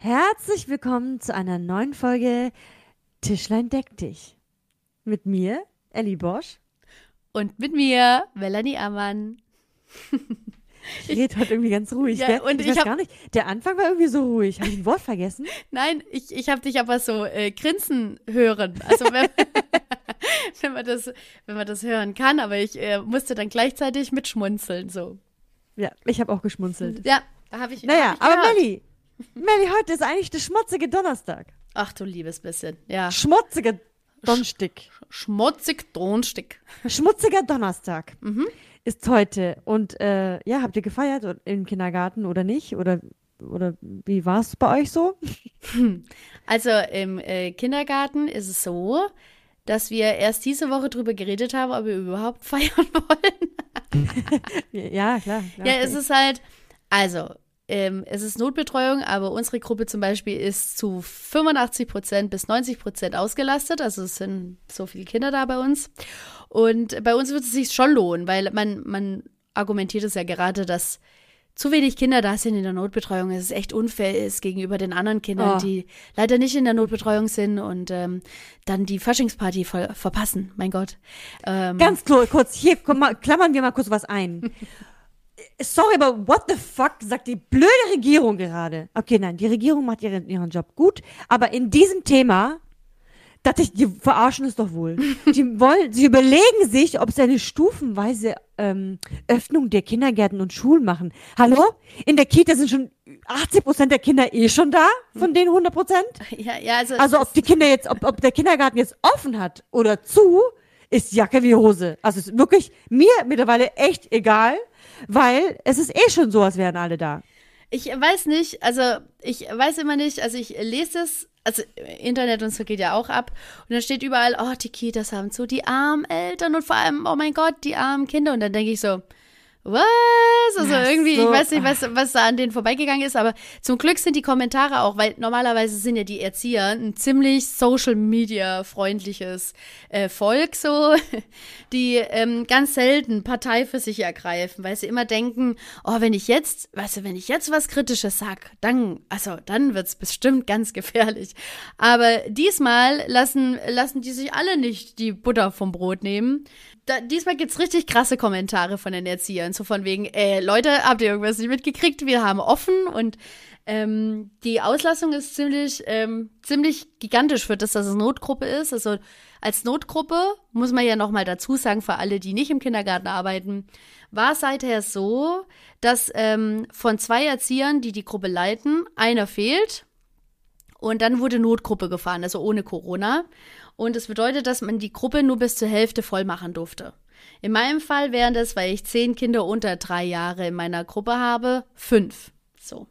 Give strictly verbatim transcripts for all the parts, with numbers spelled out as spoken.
Herzlich willkommen zu einer neuen Folge Tischlein deck dich. Mit mir, Ellie Bosch. Und mit mir, Melanie Ammann. Ich rede heute irgendwie ganz ruhig, ja, gell? Und ich, ich weiß hab, gar nicht, der Anfang war irgendwie so ruhig. Habe ich ein Wort vergessen? Nein, ich, ich habe dich aber so äh, grinsen hören. Also wenn, wenn, man das, wenn man das hören kann, aber ich äh, musste dann gleichzeitig mitschmunzeln. So. Ja, ich habe auch geschmunzelt. Ja, da habe ich Naja, hab ich aber gehört. Melli, Melli, heute ist eigentlich der schmutzige Donnerstag. Ach du liebes bisschen, ja. Schmutzige Donnerstag. Schmutzig Donnerstag. Schmutziger Donnerstag Mhm. ist heute. Und äh, ja, habt ihr gefeiert im Kindergarten oder nicht? Oder, oder wie war es bei euch so? Also im äh, Kindergarten ist es so, dass wir erst diese Woche drüber geredet haben, ob wir überhaupt feiern wollen. Ja, klar. klar Ja, okay. es ist halt, also, ähm, es ist Notbetreuung, aber unsere Gruppe zum Beispiel ist zu fünfundachtzig Prozent bis neunzig Prozent ausgelastet. Also es sind so viele Kinder da bei uns. Und bei uns wird es sich schon lohnen, weil man, man argumentiert es ja gerade, dass zu wenig Kinder da sind in der Notbetreuung. Es ist echt unfair ist gegenüber den anderen Kindern, Oh. die leider nicht in der Notbetreuung sind und ähm, dann die Faschingsparty ver verpassen. Mein Gott. Ähm, Ganz klar, kurz, hier, komm mal, klammern wir mal kurz was ein. Sorry, aber what the fuck sagt die blöde Regierung gerade? Okay, nein, die Regierung macht ihren, ihren Job gut, aber in diesem Thema, dachte ich, die verarschen es doch wohl. Die wollen, sie überlegen sich, ob sie eine stufenweise ähm, Öffnung der Kindergärten und Schulen machen. Hallo? In der Kita sind schon achtzig Prozent der Kinder eh schon da, von den hundert Prozent? ja, ja, also, Also ob die Kinder jetzt, ob, ob der Kindergarten jetzt offen hat oder zu, ist Jacke wie Hose. Also es ist wirklich mir mittlerweile echt egal, weil es ist eh schon so, als wären alle da. Ich weiß nicht, also ich weiß immer nicht, also ich lese es, also Internet und so geht ja auch ab und dann steht überall, oh, die Kitas haben zu, die armen Eltern und vor allem, oh mein Gott, die armen Kinder und dann denke ich so, was? Also Ach irgendwie, so. ich weiß nicht, was, was da an denen vorbeigegangen ist, aber zum Glück sind die Kommentare auch, weil normalerweise sind ja die Erzieher ein ziemlich Social-Media-freundliches äh, Volk so, die ähm, ganz selten Partei für sich ergreifen, weil sie immer denken, oh, wenn ich jetzt, weißt du, wenn ich jetzt was Kritisches sag, dann, also dann wird's bestimmt ganz gefährlich. Aber diesmal lassen, lassen die sich alle nicht die Butter vom Brot nehmen. Da, diesmal gibt's richtig krasse Kommentare von den Erziehern, so von wegen, äh, Leute, habt ihr irgendwas nicht mitgekriegt? Wir haben offen und ähm, die Auslassung ist ziemlich, ähm, ziemlich gigantisch für das, dass es Notgruppe ist. Also als Notgruppe, muss man ja nochmal dazu sagen, für alle, die nicht im Kindergarten arbeiten, war es seither so, dass ähm, von zwei Erziehern, die die Gruppe leiten, einer fehlt und dann wurde Notgruppe gefahren, also ohne Corona. Und das bedeutet, dass man die Gruppe nur bis zur Hälfte voll machen durfte. In meinem Fall wären das, weil ich zehn Kinder unter drei Jahre in meiner Gruppe habe, fünf. So.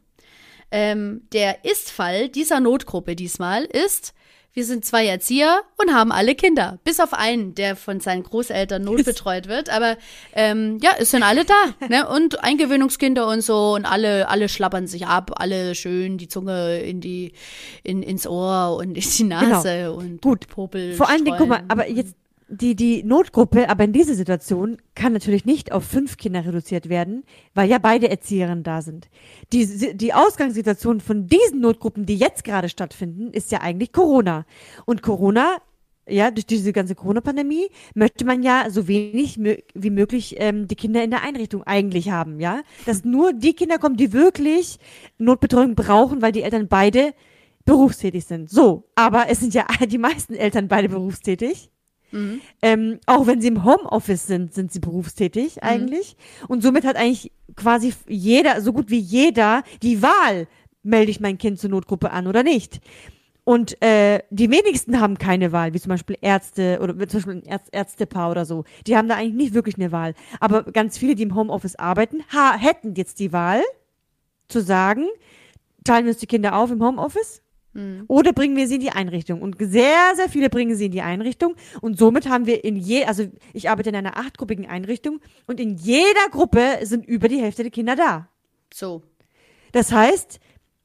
Ähm, der Ist-Fall dieser Notgruppe diesmal ist, wir sind zwei Erzieher und haben alle Kinder. Bis auf einen, der von seinen Großeltern notbetreut wird. Aber ähm, ja, es sind alle da. Ne? Und Eingewöhnungskinder und so. Und alle, alle schlappern sich ab. Alle schön die Zunge in die, in, ins Ohr und in die Nase Genau. und Gut. Popel. Vor allen Dingen, guck mal, streuen. aber jetzt die, die Notgruppe, aber in dieser Situation kann natürlich nicht auf fünf Kinder reduziert werden, weil ja beide Erzieherinnen da sind. Die, die Ausgangssituation von diesen Notgruppen, die jetzt gerade stattfinden, ist ja eigentlich Corona. Und Corona, ja, durch diese ganze Corona-Pandemie möchte man ja so wenig mö- wie möglich ähm, die Kinder in der Einrichtung eigentlich haben, ja. Dass nur die Kinder kommen, die wirklich Notbetreuung brauchen, weil die Eltern beide berufstätig sind. So, aber es sind ja die meisten Eltern beide berufstätig. Mhm. Ähm, auch wenn sie im Homeoffice sind, sind sie berufstätig eigentlich. Und somit hat eigentlich quasi jeder, so gut wie jeder, die Wahl, melde ich mein Kind zur Notgruppe an oder nicht. Und äh, die wenigsten haben keine Wahl, wie zum Beispiel Ärzte oder zum Beispiel ein Ärz- Ärztepaar oder so. Die haben da eigentlich nicht wirklich eine Wahl. Aber ganz viele, die im Homeoffice arbeiten, ha- hätten jetzt die Wahl, zu sagen, teilen wir uns die Kinder auf im Homeoffice? Oder bringen wir sie in die Einrichtung? Und sehr, sehr viele bringen sie in die Einrichtung. Und somit haben wir in je, also ich arbeite in einer achtgruppigen Einrichtung und in jeder Gruppe sind über die Hälfte der Kinder da. So. Das heißt,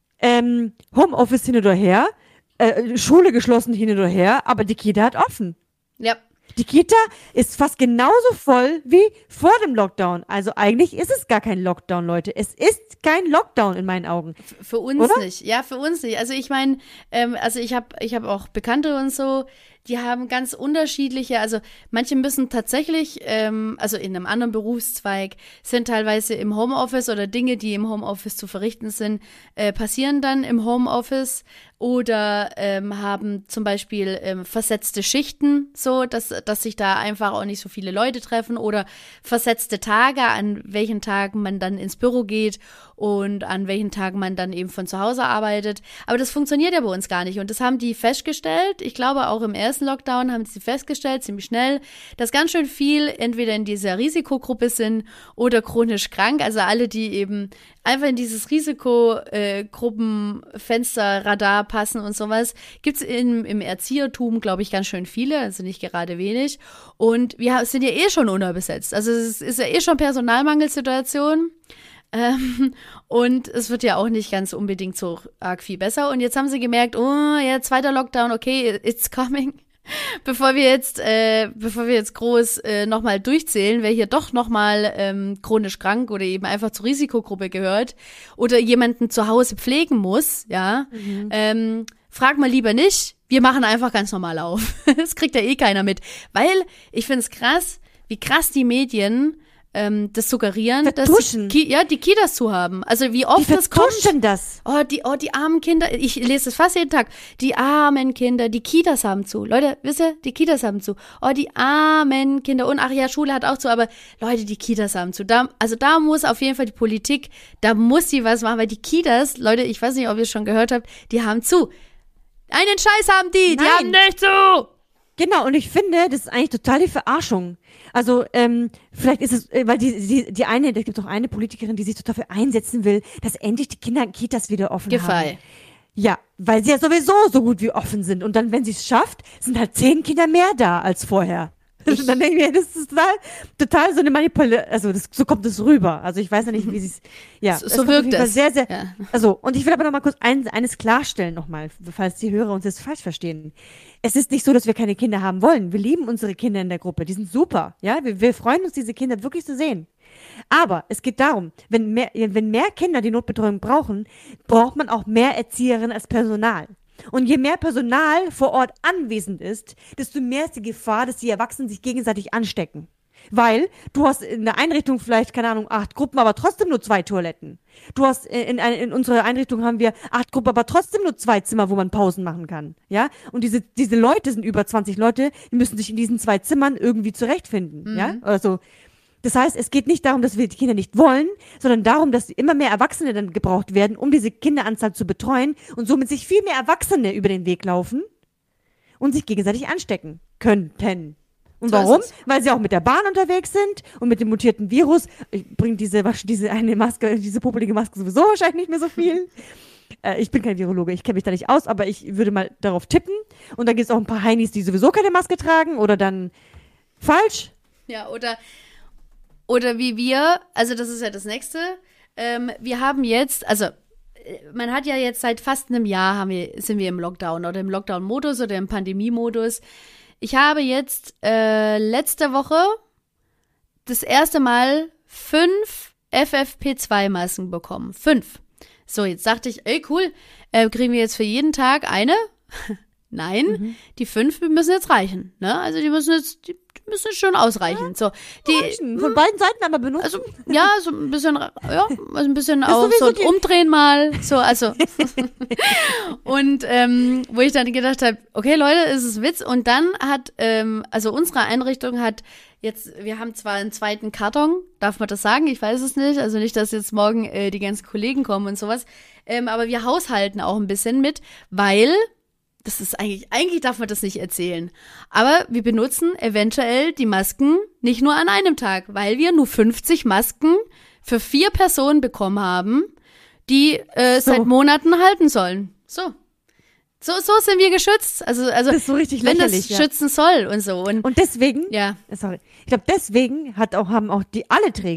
ähm, Homeoffice hin oder her, äh, Schule geschlossen hin oder her, aber die Kita hat offen. Ja. Die Kita ist fast genauso voll wie vor dem Lockdown. Also eigentlich ist es gar kein Lockdown, Leute. Es ist kein Lockdown in meinen Augen. F- Für uns Oder? nicht. Ja, für uns nicht. Also ich meine, ähm, also ich habe ich hab auch Bekannte und so, die haben ganz unterschiedliche, also manche müssen tatsächlich, ähm, also in einem anderen Berufszweig, sind teilweise im Homeoffice oder Dinge, die im Homeoffice zu verrichten sind, äh, passieren dann im Homeoffice oder ähm, haben zum Beispiel ähm, versetzte Schichten, so, dass, dass sich da einfach auch nicht so viele Leute treffen oder versetzte Tage, an welchen Tagen man dann ins Büro geht und an welchen Tagen man dann eben von zu Hause arbeitet. Aber das funktioniert ja bei uns gar nicht und das haben die festgestellt, ich glaube auch im ersten Lockdown haben sie festgestellt, ziemlich schnell, dass ganz schön viel entweder in dieser Risikogruppe sind oder chronisch krank, also alle, die eben einfach in dieses Risikogruppenfensterradar passen und sowas, gibt's im, im Erziehertum, glaube ich, ganz schön viele, also nicht gerade wenig. Und wir sind ja eh schon unterbesetzt. Also es ist ja eh schon Personalmangelsituation. Ähm, und es wird ja auch nicht ganz unbedingt so arg viel besser. Und jetzt haben sie gemerkt, oh, ja, zweiter Lockdown, okay, it's coming. Bevor wir jetzt, äh, bevor wir jetzt groß äh, nochmal durchzählen, wer hier doch nochmal ähm, chronisch krank oder eben einfach zur Risikogruppe gehört oder jemanden zu Hause pflegen muss, ja, mhm. ähm, frag mal lieber nicht. Wir machen einfach ganz normal auf. Das kriegt ja eh keiner mit. Weil ich finde es krass, wie krass die Medien ähm, das suggerieren, Vertuschen. dass die, Ki- ja, die Kitas zu haben. Also wie oft Wie das kommt. vertuschen das? Oh, die, oh, die armen Kinder. Ich lese es fast jeden Tag. Die armen Kinder, die Kitas haben zu. Leute, wisst ihr, die Kitas haben zu. Oh, die armen Kinder. Und ach ja, Schule hat auch zu, aber Leute, die Kitas haben zu. Da, also da muss auf jeden Fall die Politik, da muss die was machen, weil die Kitas, Leute, ich weiß nicht, ob ihr es schon gehört habt, die haben zu. Einen Scheiß haben die, die Nein. haben nicht zu. Genau, und ich finde, das ist eigentlich total die Verarschung. Also, ähm, vielleicht ist es, äh, weil die, die, die eine, da gibt doch eine Politikerin, die sich total für einsetzen will, dass endlich die Kinder Kitas wieder offen Gefall. haben. Ja, weil sie ja sowieso so gut wie offen sind. Und dann, wenn sie es schafft, sind halt zehn Kinder mehr da als vorher. Ich- dann denke ich mir, das ist total, total so eine Manipulation, also das, so kommt es rüber. Also ich weiß ja nicht, wie sie es, ja. So- es so kommt auf wirkt jeden Fall es. Sehr, sehr, Ja. also, und ich will aber noch mal kurz ein, eines klarstellen nochmal, falls die Hörer uns jetzt falsch verstehen. Es ist nicht so, dass wir keine Kinder haben wollen. Wir lieben unsere Kinder in der Gruppe. Die sind super. Ja, wir, wir freuen uns, diese Kinder wirklich zu sehen. Aber es geht darum, wenn mehr, wenn mehr Kinder die Notbetreuung brauchen, braucht man auch mehr Erzieherinnen als Personal. Und je mehr Personal vor Ort anwesend ist, desto mehr ist die Gefahr, dass die Erwachsenen sich gegenseitig anstecken. Weil du hast in der Einrichtung vielleicht, keine Ahnung, acht Gruppen, aber trotzdem nur zwei Toiletten. Du hast in, in, in unserer Einrichtung haben wir acht Gruppen, aber trotzdem nur zwei Zimmer, wo man Pausen machen kann. Ja? Und diese, diese Leute sind über zwanzig Leute, die müssen sich in diesen zwei Zimmern irgendwie zurechtfinden. Mhm. Ja? Also, das heißt, es geht nicht darum, dass wir die Kinder nicht wollen, sondern darum, dass immer mehr Erwachsene dann gebraucht werden, um diese Kinderanzahl zu betreuen und somit sich viel mehr Erwachsene über den Weg laufen und sich gegenseitig anstecken könnten. Und So ist warum? es. Weil sie auch mit der Bahn unterwegs sind und mit dem mutierten Virus bringt diese, diese eine Maske, diese popelige Maske sowieso wahrscheinlich nicht mehr so viel. äh, ich bin kein Virologe, ich kenne mich da nicht aus, aber ich würde mal darauf tippen. Und da gibt es auch ein paar Heinis, die sowieso keine Maske tragen oder dann falsch. Ja, oder, oder wie wir, also das ist ja das Nächste, ähm, wir haben jetzt, also äh, man hat ja jetzt seit fast einem Jahr haben wir, sind wir im Lockdown oder im Lockdown-Modus oder im Pandemie-Modus. Ich habe jetzt äh, letzte Woche das erste Mal fünf F F P zwei Masken bekommen. Fünf. So, jetzt dachte ich, ey cool, äh, kriegen wir jetzt für jeden Tag eine? Nein, Mhm. die fünf müssen jetzt reichen. Ne? Also die müssen jetzt, die müssen schon ausreichen. So, die, Von beiden Seiten aber benutzen. also ja, so ein bisschen, ja, also ein bisschen ist auch so sowieso ein die- Umdrehen mal, so, also und ähm, wo ich dann gedacht habe, okay Leute, ist es Witz. Und dann hat, ähm, also unsere Einrichtung hat jetzt, wir haben zwar einen zweiten Karton, darf man das sagen? Ich weiß es nicht, also nicht, dass jetzt morgen äh, die ganzen Kollegen kommen und sowas, ähm, aber wir haushalten auch ein bisschen mit, weil das ist eigentlich, eigentlich darf man das nicht erzählen. Aber wir benutzen eventuell die Masken nicht nur an einem Tag, weil wir nur fünfzig Masken für vier Personen bekommen haben, die äh, So. seit Monaten halten sollen. So. So, so sind wir geschützt. Also, also Das ist so richtig wenn das lächerlich, ja. schützen soll und so. Und, Und deswegen, ja. sorry, ich glaube, deswegen hat auch, haben auch die alle Träger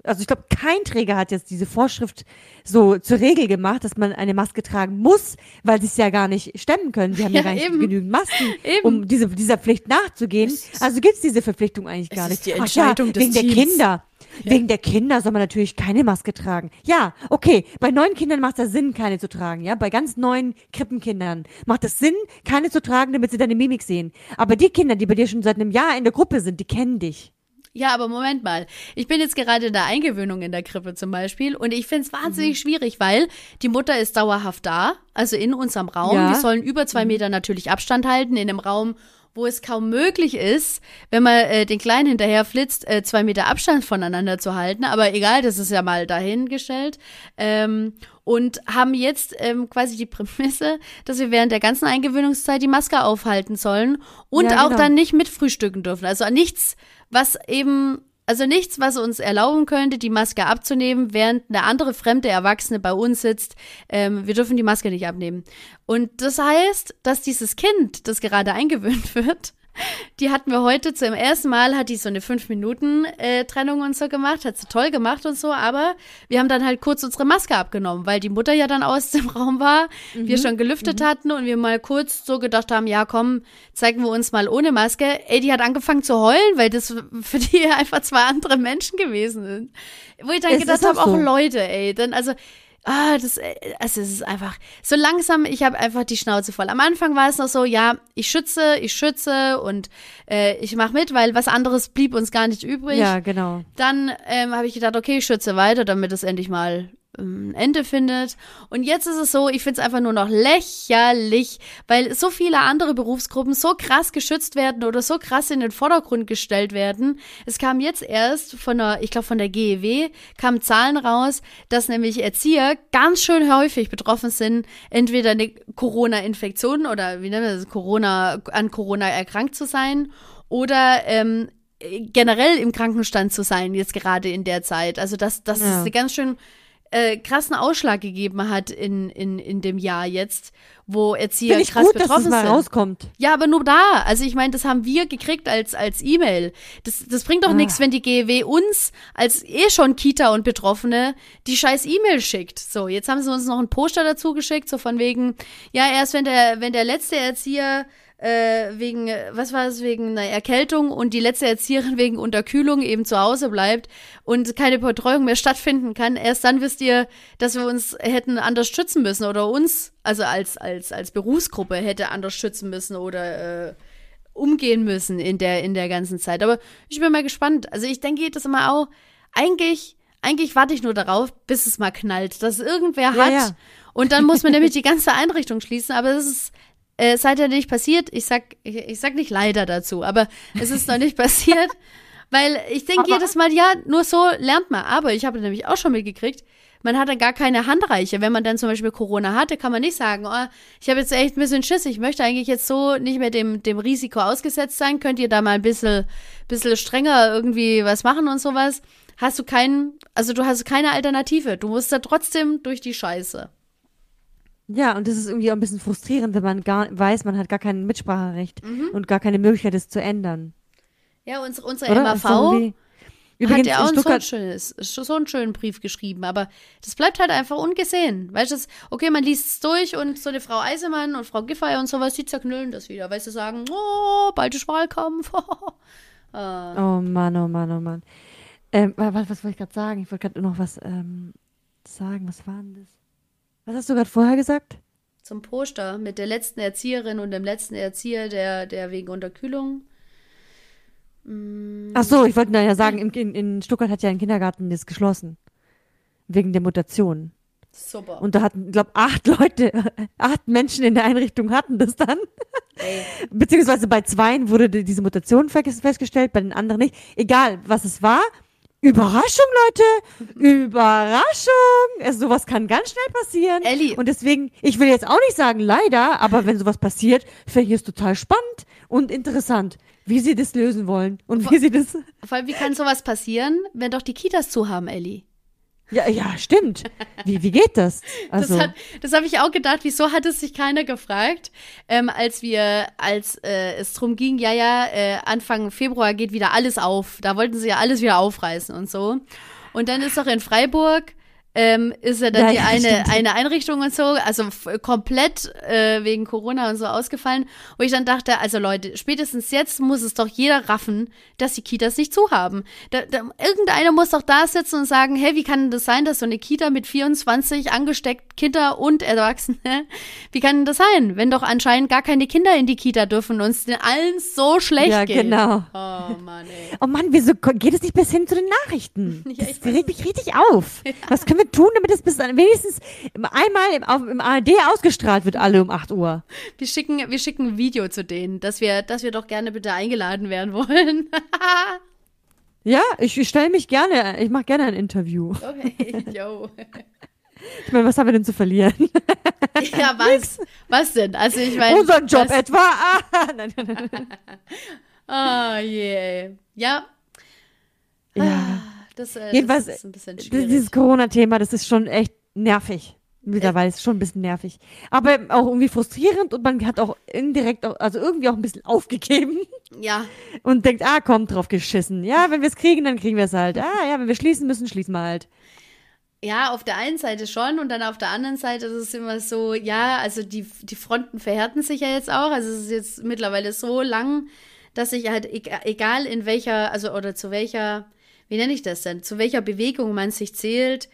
also ich glaube, kein Träger hat jetzt diese Vorschrift so zur Regel gemacht, dass man eine Maske tragen muss, weil sie es ja gar nicht stemmen können. Sie haben ja, Ja, gar nicht eben. genügend Masken, Eben. um diese, dieser Pflicht nachzugehen. Es- Also gibt's diese Verpflichtung eigentlich gar es nicht. ist die Ach Entscheidung ja, des wegen der Teams. Kinder. Wegen der Kinder soll man natürlich keine Maske tragen. Ja, okay, bei neuen Kindern macht das Sinn, keine zu tragen. Ja, bei ganz neuen Krippenkindern macht es Sinn, keine zu tragen, damit sie deine Mimik sehen. Aber die Kinder, die bei dir schon seit einem Jahr in der Gruppe sind, die kennen dich. Ja, aber Moment mal. Ich bin jetzt gerade in der Eingewöhnung in der Krippe zum Beispiel und ich finde es wahnsinnig Mhm. schwierig, weil die Mutter ist dauerhaft da, also in unserem Raum. Ja. Wir sollen über zwei Meter natürlich Abstand halten in einem Raum, wo es kaum möglich ist, wenn man äh, den Kleinen hinterher flitzt, äh, zwei Meter Abstand voneinander zu halten. Aber egal, das ist ja mal dahingestellt. Ähm, und haben jetzt ähm, quasi die Prämisse, dass wir während der ganzen Eingewöhnungszeit die Maske aufhalten sollen und Ja, auch genau. dann nicht mitfrühstücken dürfen. Also nichts, was eben, also nichts, was uns erlauben könnte, die Maske abzunehmen, während eine andere fremde Erwachsene bei uns sitzt. Ähm, wir dürfen die Maske nicht abnehmen. Und das heißt, dass dieses Kind, das gerade eingewöhnt wird, die hatten wir heute zum ersten Mal, hat die so eine fünf Minuten Trennung und so gemacht, hat sie toll gemacht und so, aber wir haben dann halt kurz unsere Maske abgenommen, weil die Mutter ja dann aus dem Raum war, Mhm. wir schon gelüftet hatten und wir mal kurz so gedacht haben, ja komm, zeigen wir uns mal ohne Maske. Ey, die hat angefangen zu heulen, weil das für die einfach zwei andere Menschen gewesen sind. Wo ich dann Es gedacht ist auch habe, auch so. Leute, ey, dann also Ah, das, äh, also es ist einfach so langsam, ich habe einfach die Schnauze voll. Am Anfang war es noch so, ja, ich schütze, ich schütze und äh, ich mache mit, weil was anderes blieb uns gar nicht übrig. Ja, genau. Dann ähm, habe ich gedacht, okay, ich schütze weiter, damit es endlich mal ähm, ein Ende findet. Und jetzt ist es so, ich finde es einfach nur noch lächerlich, weil so viele andere Berufsgruppen so krass geschützt werden oder so krass in den Vordergrund gestellt werden. Es kam jetzt erst von der, ich glaube von der G E W, kamen Zahlen raus, dass nämlich Erzieher ganz schön häufig betroffen sind, entweder eine Corona-Infektion oder wie nennt man das, Corona, an Corona erkrankt zu sein oder ähm, generell im Krankenstand zu sein, jetzt gerade in der Zeit. Also, dass, dass Ja. es einen ganz schön äh, krassen Ausschlag gegeben hat in, in, in dem Jahr jetzt, wo Erzieher Finde ich krass gut, dass das betroffen mal sind. rauskommt. Ja, aber nur da. Also ich meine, das haben wir gekriegt als als E-Mail. Das, das bringt doch Ah. nichts, wenn die G E W uns als eh schon Kita und Betroffene die scheiß E-Mail schickt. So, jetzt haben sie uns noch einen Poster dazu geschickt, so von wegen, ja, erst wenn der wenn der letzte Erzieher äh, wegen, was war es, wegen einer Erkältung und die letzte Erzieherin wegen Unterkühlung eben zu Hause bleibt und keine Betreuung mehr stattfinden kann, erst dann wisst ihr, dass wir uns hätten anders schützen müssen oder uns, also als, als, als Berufsgruppe hätte anders schützen müssen oder äh, umgehen müssen in der, in der ganzen Zeit. Aber ich bin mal gespannt. Also ich denke das immer auch, eigentlich, eigentlich warte ich nur darauf, bis es mal knallt, dass irgendwer Ja, hat ja. und dann muss man nämlich die ganze Einrichtung schließen, aber das ist Äh, seid ja nicht passiert. Ich sag, ich, ich sag nicht leider dazu, aber es ist noch nicht passiert, weil ich denke jedes Mal, ja, nur so lernt man. Aber ich habe nämlich auch schon mitgekriegt, man hat dann gar keine Handreiche. Wenn man dann zum Beispiel Corona hatte, kann man nicht sagen, oh, ich habe jetzt echt ein bisschen Schiss, ich möchte eigentlich jetzt so nicht mehr dem, dem Risiko ausgesetzt sein. Könnt ihr da mal ein bisschen, bisschen strenger irgendwie was machen und sowas? Hast du keinen, also du hast keine Alternative. Du musst da trotzdem durch die Scheiße. Ja, und das ist irgendwie auch ein bisschen frustrierend, wenn man gar weiß, man hat gar kein Mitspracherecht und gar keine Möglichkeit, es zu ändern. Ja, unsere, unsere Oder? M A Das ist doch V irgendwie- hat Übrigens, ja auch in ein so, ein Stuttgart, schönes, so einen schönen Brief geschrieben, aber das bleibt halt einfach ungesehen. Weißt du, das- okay, man liest es durch und so eine Frau Eisemann und Frau Giffey und sowas, die zerknüllen das wieder, weil sie sagen, oh, bald ist Wahlkampf. Ah. oh Mann, oh Mann, oh Mann. Ähm, was, was wollte ich gerade sagen? Ich wollte gerade noch was ähm, sagen. Was war denn das? Was hast du gerade vorher gesagt? Zum Poster mit der letzten Erzieherin und dem letzten Erzieher, der, der wegen Unterkühlung. Mm, Ach so, ich wollte nur ja sagen, in, in, in Stuttgart hat ja ein Kindergarten das geschlossen. Wegen der Mutation. super. Und da hatten, glaube acht Leute, acht Menschen in der Einrichtung hatten das dann. Ey. Beziehungsweise bei zweien wurde die- diese Mutation fe- festgestellt, bei den anderen nicht. Egal, was es war. Überraschung, Leute! Überraschung! Also, sowas kann ganz schnell passieren. Elli. Und deswegen, ich will jetzt auch nicht sagen leider, aber wenn sowas passiert, finde ich es total spannend und interessant, wie sie das lösen wollen und wie sie das. Vor allem, wie kann sowas passieren, wenn doch die Kitas zu haben, Elli? Ja, ja, stimmt. Wie, wie geht das? Also, Das, hat- das habe ich auch gedacht, wieso hat es sich keiner gefragt, ähm, als wir, als äh, es drum ging, ja, ja, äh, Anfang Februar geht wieder alles auf. Da wollten sie ja alles wieder aufreißen und so. Und dann ist doch in Freiburg, ähm, ist ja dann Ja, die ja, eine, stimmt. eine Einrichtung und so, also f- komplett äh, wegen Corona und so ausgefallen, wo ich dann dachte, also Leute, spätestens jetzt muss es doch jeder raffen, dass die Kitas nicht zu haben. Da, da, irgendeiner muss doch da sitzen und sagen, hey, wie kann denn das sein, dass so eine Kita mit vierundzwanzig angesteckt Kinder und Erwachsene, wie kann denn das sein, wenn doch anscheinend gar keine Kinder in die Kita dürfen und es den allen so schlecht Ja, geht. genau. Oh Mann, ey. Oh Mann, wieso ko- geht es nicht bis hin zu den Nachrichten? Ja, Das ich weiß regt mich richtig auf. Was können wir tun, damit es bis dann wenigstens einmal im, auf, im A R D ausgestrahlt wird, alle um acht Uhr? Wir schicken, wir schicken ein Video zu denen, dass wir, dass wir doch gerne bitte eingeladen werden wollen. Ja, ich, ich stelle mich gerne, ich mache gerne ein Interview. Okay, yo. Ich meine, was haben wir denn zu verlieren? Ja, was? Was denn? Also ich meine. Unseren Job was- etwa? Ah, nein, nein, nein. Oh je. Ja. Ja. Ah, Das, äh, Jedenfalls, das ist ein bisschen Dieses schwierig. Corona-Thema, das ist schon echt nervig. Mittlerweile ist es schon ein bisschen nervig. Aber auch irgendwie frustrierend und man hat auch indirekt, auch, also irgendwie auch ein bisschen aufgegeben Ja, und denkt, ah, komm, drauf geschissen. Ja, wenn wir es kriegen, dann kriegen wir es halt. Ah, ja, wenn wir schließen müssen, schließen wir halt. ja, auf der einen Seite schon und dann auf der anderen Seite ist es immer so, ja, also die, die Fronten verhärten sich ja jetzt auch. Also es ist jetzt mittlerweile so lang, dass ich halt, eg- egal in welcher, also oder zu welcher, wie nenne ich das denn, zu welcher Bewegung man sich zählt,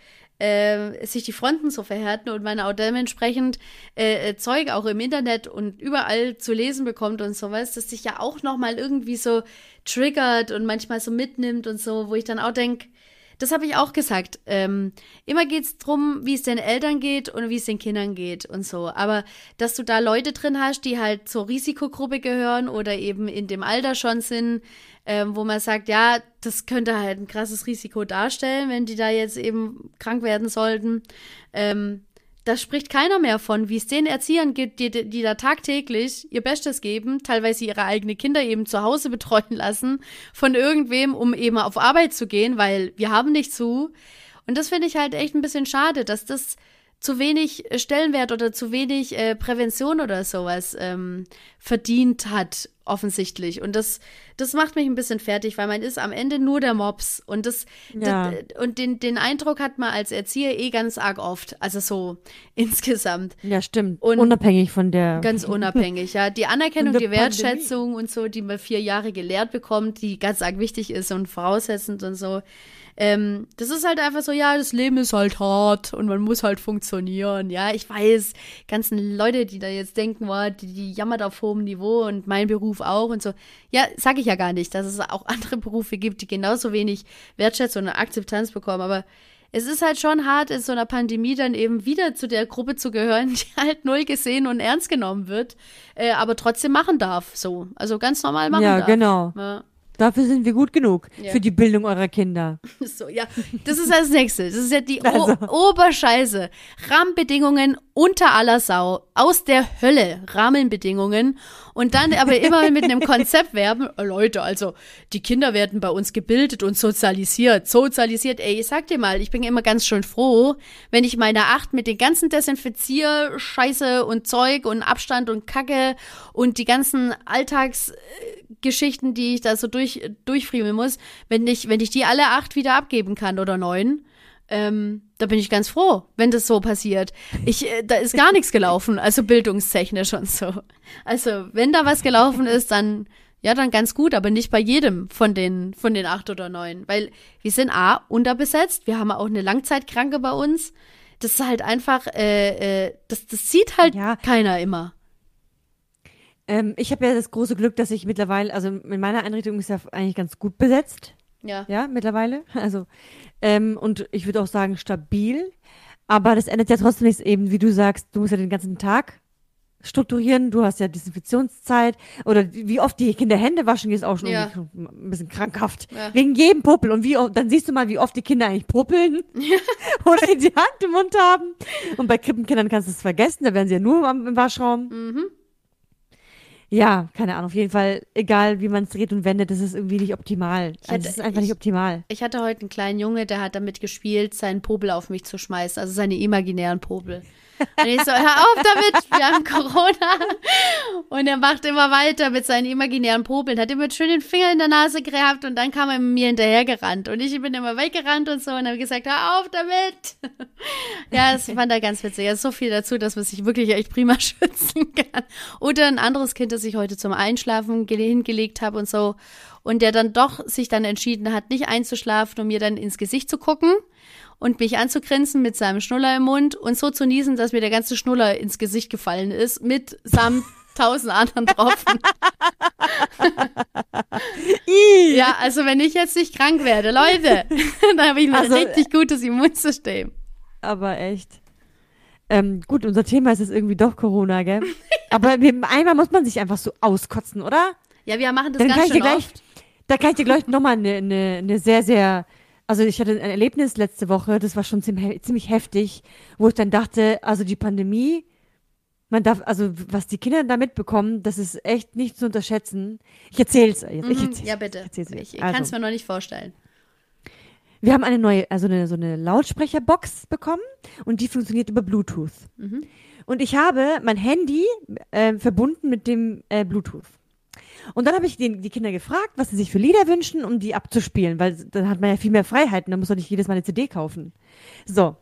äh, sich die Fronten so verhärten und man auch dementsprechend äh, Zeug auch im Internet und überall zu lesen bekommt und sowas, das sich ja auch nochmal irgendwie so triggert und manchmal so mitnimmt und so, wo ich dann auch denke, das habe ich auch gesagt. Ähm, immer geht es darum, wie es den Eltern geht und wie es den Kindern geht und so. Aber dass du da Leute drin hast, die halt zur Risikogruppe gehören oder eben in dem Alter schon sind, ähm, wo man sagt, ja, das könnte halt ein krasses Risiko darstellen, wenn die da jetzt eben krank werden sollten. Ähm, da spricht keiner mehr von, wie es den Erziehern geht, die, die da tagtäglich ihr Bestes geben, teilweise ihre eigenen Kinder eben zu Hause betreuen lassen, von irgendwem, um eben auf Arbeit zu gehen, weil wir haben nicht zu. Und das finde ich halt echt ein bisschen schade, dass das zu wenig Stellenwert oder zu wenig äh, Prävention oder sowas ähm, verdient hat, offensichtlich. Und das, das macht mich ein bisschen fertig, weil man ist am Ende nur der Mops. Und das, Ja. das und den, den Eindruck hat man als Erzieher eh ganz arg oft. Also so insgesamt. Ja, stimmt. Und- Unabhängig von der. Ganz unabhängig, ja. Die Anerkennung, Und der die Wertschätzung und so, die man vier Jahre gelehrt bekommt, die ganz arg wichtig ist und voraussetzend und so. Ähm, das ist halt einfach so, ja, das Leben ist halt hart und man muss halt funktionieren. Ja, ich weiß, ganzen Leute, die da jetzt denken, boah, die, die jammert auf hohem Niveau und mein Beruf auch und so. Ja, sag ich ja gar nicht, dass es auch andere Berufe gibt, die genauso wenig Wertschätzung und Akzeptanz bekommen, aber es ist halt schon hart, in so einer Pandemie dann eben wieder zu der Gruppe zu gehören, die halt null gesehen und ernst genommen wird, äh, aber trotzdem machen darf, so. Also ganz normal machen Ja, darf. genau. Ja. Dafür sind wir gut genug. Ja. Für die Bildung eurer Kinder. So, ja, das ist als nächstes. Das ist ja die o Also. Oberscheiße. Rahmenbedingungen unter aller Sau. Aus der Hölle. Rahmenbedingungen. Und dann aber immer mit einem Konzept werben. Äh, Leute, also, die Kinder werden bei uns gebildet und sozialisiert. Sozialisiert. Ey, ich sag dir mal, ich bin immer ganz schön froh, wenn ich meine Acht mit den ganzen Desinfizier-Scheiße und Zeug und Abstand und Kacke und die ganzen Alltagsgeschichten, die ich da so durch, durchfriemeln muss, wenn ich, wenn ich die alle acht wieder abgeben kann oder neun, ähm, da bin ich ganz froh, wenn das so passiert. Ich, äh, da ist gar nichts gelaufen, also bildungstechnisch und so. Also, wenn da was gelaufen ist, dann, ja, dann ganz gut, aber nicht bei jedem von den, von den acht oder neun, weil wir sind A, unterbesetzt, wir haben auch eine Langzeitkranke bei uns. Das ist halt einfach, äh, äh, das, das sieht halt Ja. keiner immer. Ähm, ich habe ja das große Glück, dass ich mittlerweile, also in meiner Einrichtung ist ja eigentlich ganz gut besetzt. Ja. Ja, mittlerweile. Also, ähm, und ich würde auch sagen, stabil. Aber das ändert ja trotzdem nichts eben, wie du sagst, du musst ja den ganzen Tag strukturieren. Du hast ja Desinfektionszeit. Oder wie oft die Kinder Hände waschen, ist auch schon Ja. irgendwie ein bisschen krankhaft. Ja. Wegen jedem Popel. Und wie oft, dann siehst du mal, wie oft die Kinder eigentlich popeln. Oder die Hand im Mund haben. Und bei Krippenkindern kannst du es vergessen. Da werden sie ja nur am, im Waschraum. Mhm. Ja, keine Ahnung. Auf jeden Fall, egal wie man es dreht und wendet, das ist irgendwie nicht optimal. hätte- Also es ist einfach ich- nicht optimal. Ich hatte heute einen kleinen Junge, der hat damit gespielt, seinen Popel auf mich zu schmeißen, also seine imaginären Popel. Und ich so, hör auf damit, wir haben Corona. Und er macht immer weiter mit seinen imaginären Popeln, hat immer schön den Finger in der Nase gehabt und dann kam er mir hinterhergerannt. Und ich bin immer weggerannt und so und habe gesagt, hör auf damit. Ja, das fand er ganz witzig. Ja, so viel dazu, dass man sich wirklich echt prima schützen kann. Oder ein anderes Kind, das ich heute zum Einschlafen gele- hingelegt habe und so. Und der dann doch sich dann entschieden hat, nicht einzuschlafen und mir dann ins Gesicht zu gucken und mich anzugrinsen mit seinem Schnuller im Mund und so zu niesen, dass mir der ganze Schnuller ins Gesicht gefallen ist, mit samt tausend anderen Tropfen. Ja, also wenn ich jetzt nicht krank werde, Leute, dann habe ich ein Also, richtig gutes Immunsystem. Aber echt. Ähm, gut, unser Thema ist jetzt irgendwie doch Corona, gell? Aber wir, einmal muss man sich einfach so auskotzen, oder? Ja, wir machen das Dann kann ganz ich dir schön gleich, oft. da kann ich dir gleich nochmal eine ne, ne sehr, sehr, also ich hatte ein Erlebnis letzte Woche, das war schon ziemlich, ziemlich heftig, wo ich dann dachte, also die Pandemie, man darf, also was die Kinder da mitbekommen, das ist echt nicht zu unterschätzen. Ich erzähl's jetzt. Ich Mhm, erzähl's, ja, bitte. Ich, erzähl's jetzt. Ich kann es Also, mir noch nicht vorstellen. wir haben eine neue, also eine, so eine Lautsprecherbox bekommen und die funktioniert über Bluetooth. Mhm. Und ich habe mein Handy äh, verbunden mit dem äh, Bluetooth. Und dann habe ich den, die Kinder gefragt, was sie sich für Lieder wünschen, um die abzuspielen, weil dann hat man ja viel mehr Freiheiten, dann muss man nicht jedes Mal eine C D kaufen. So.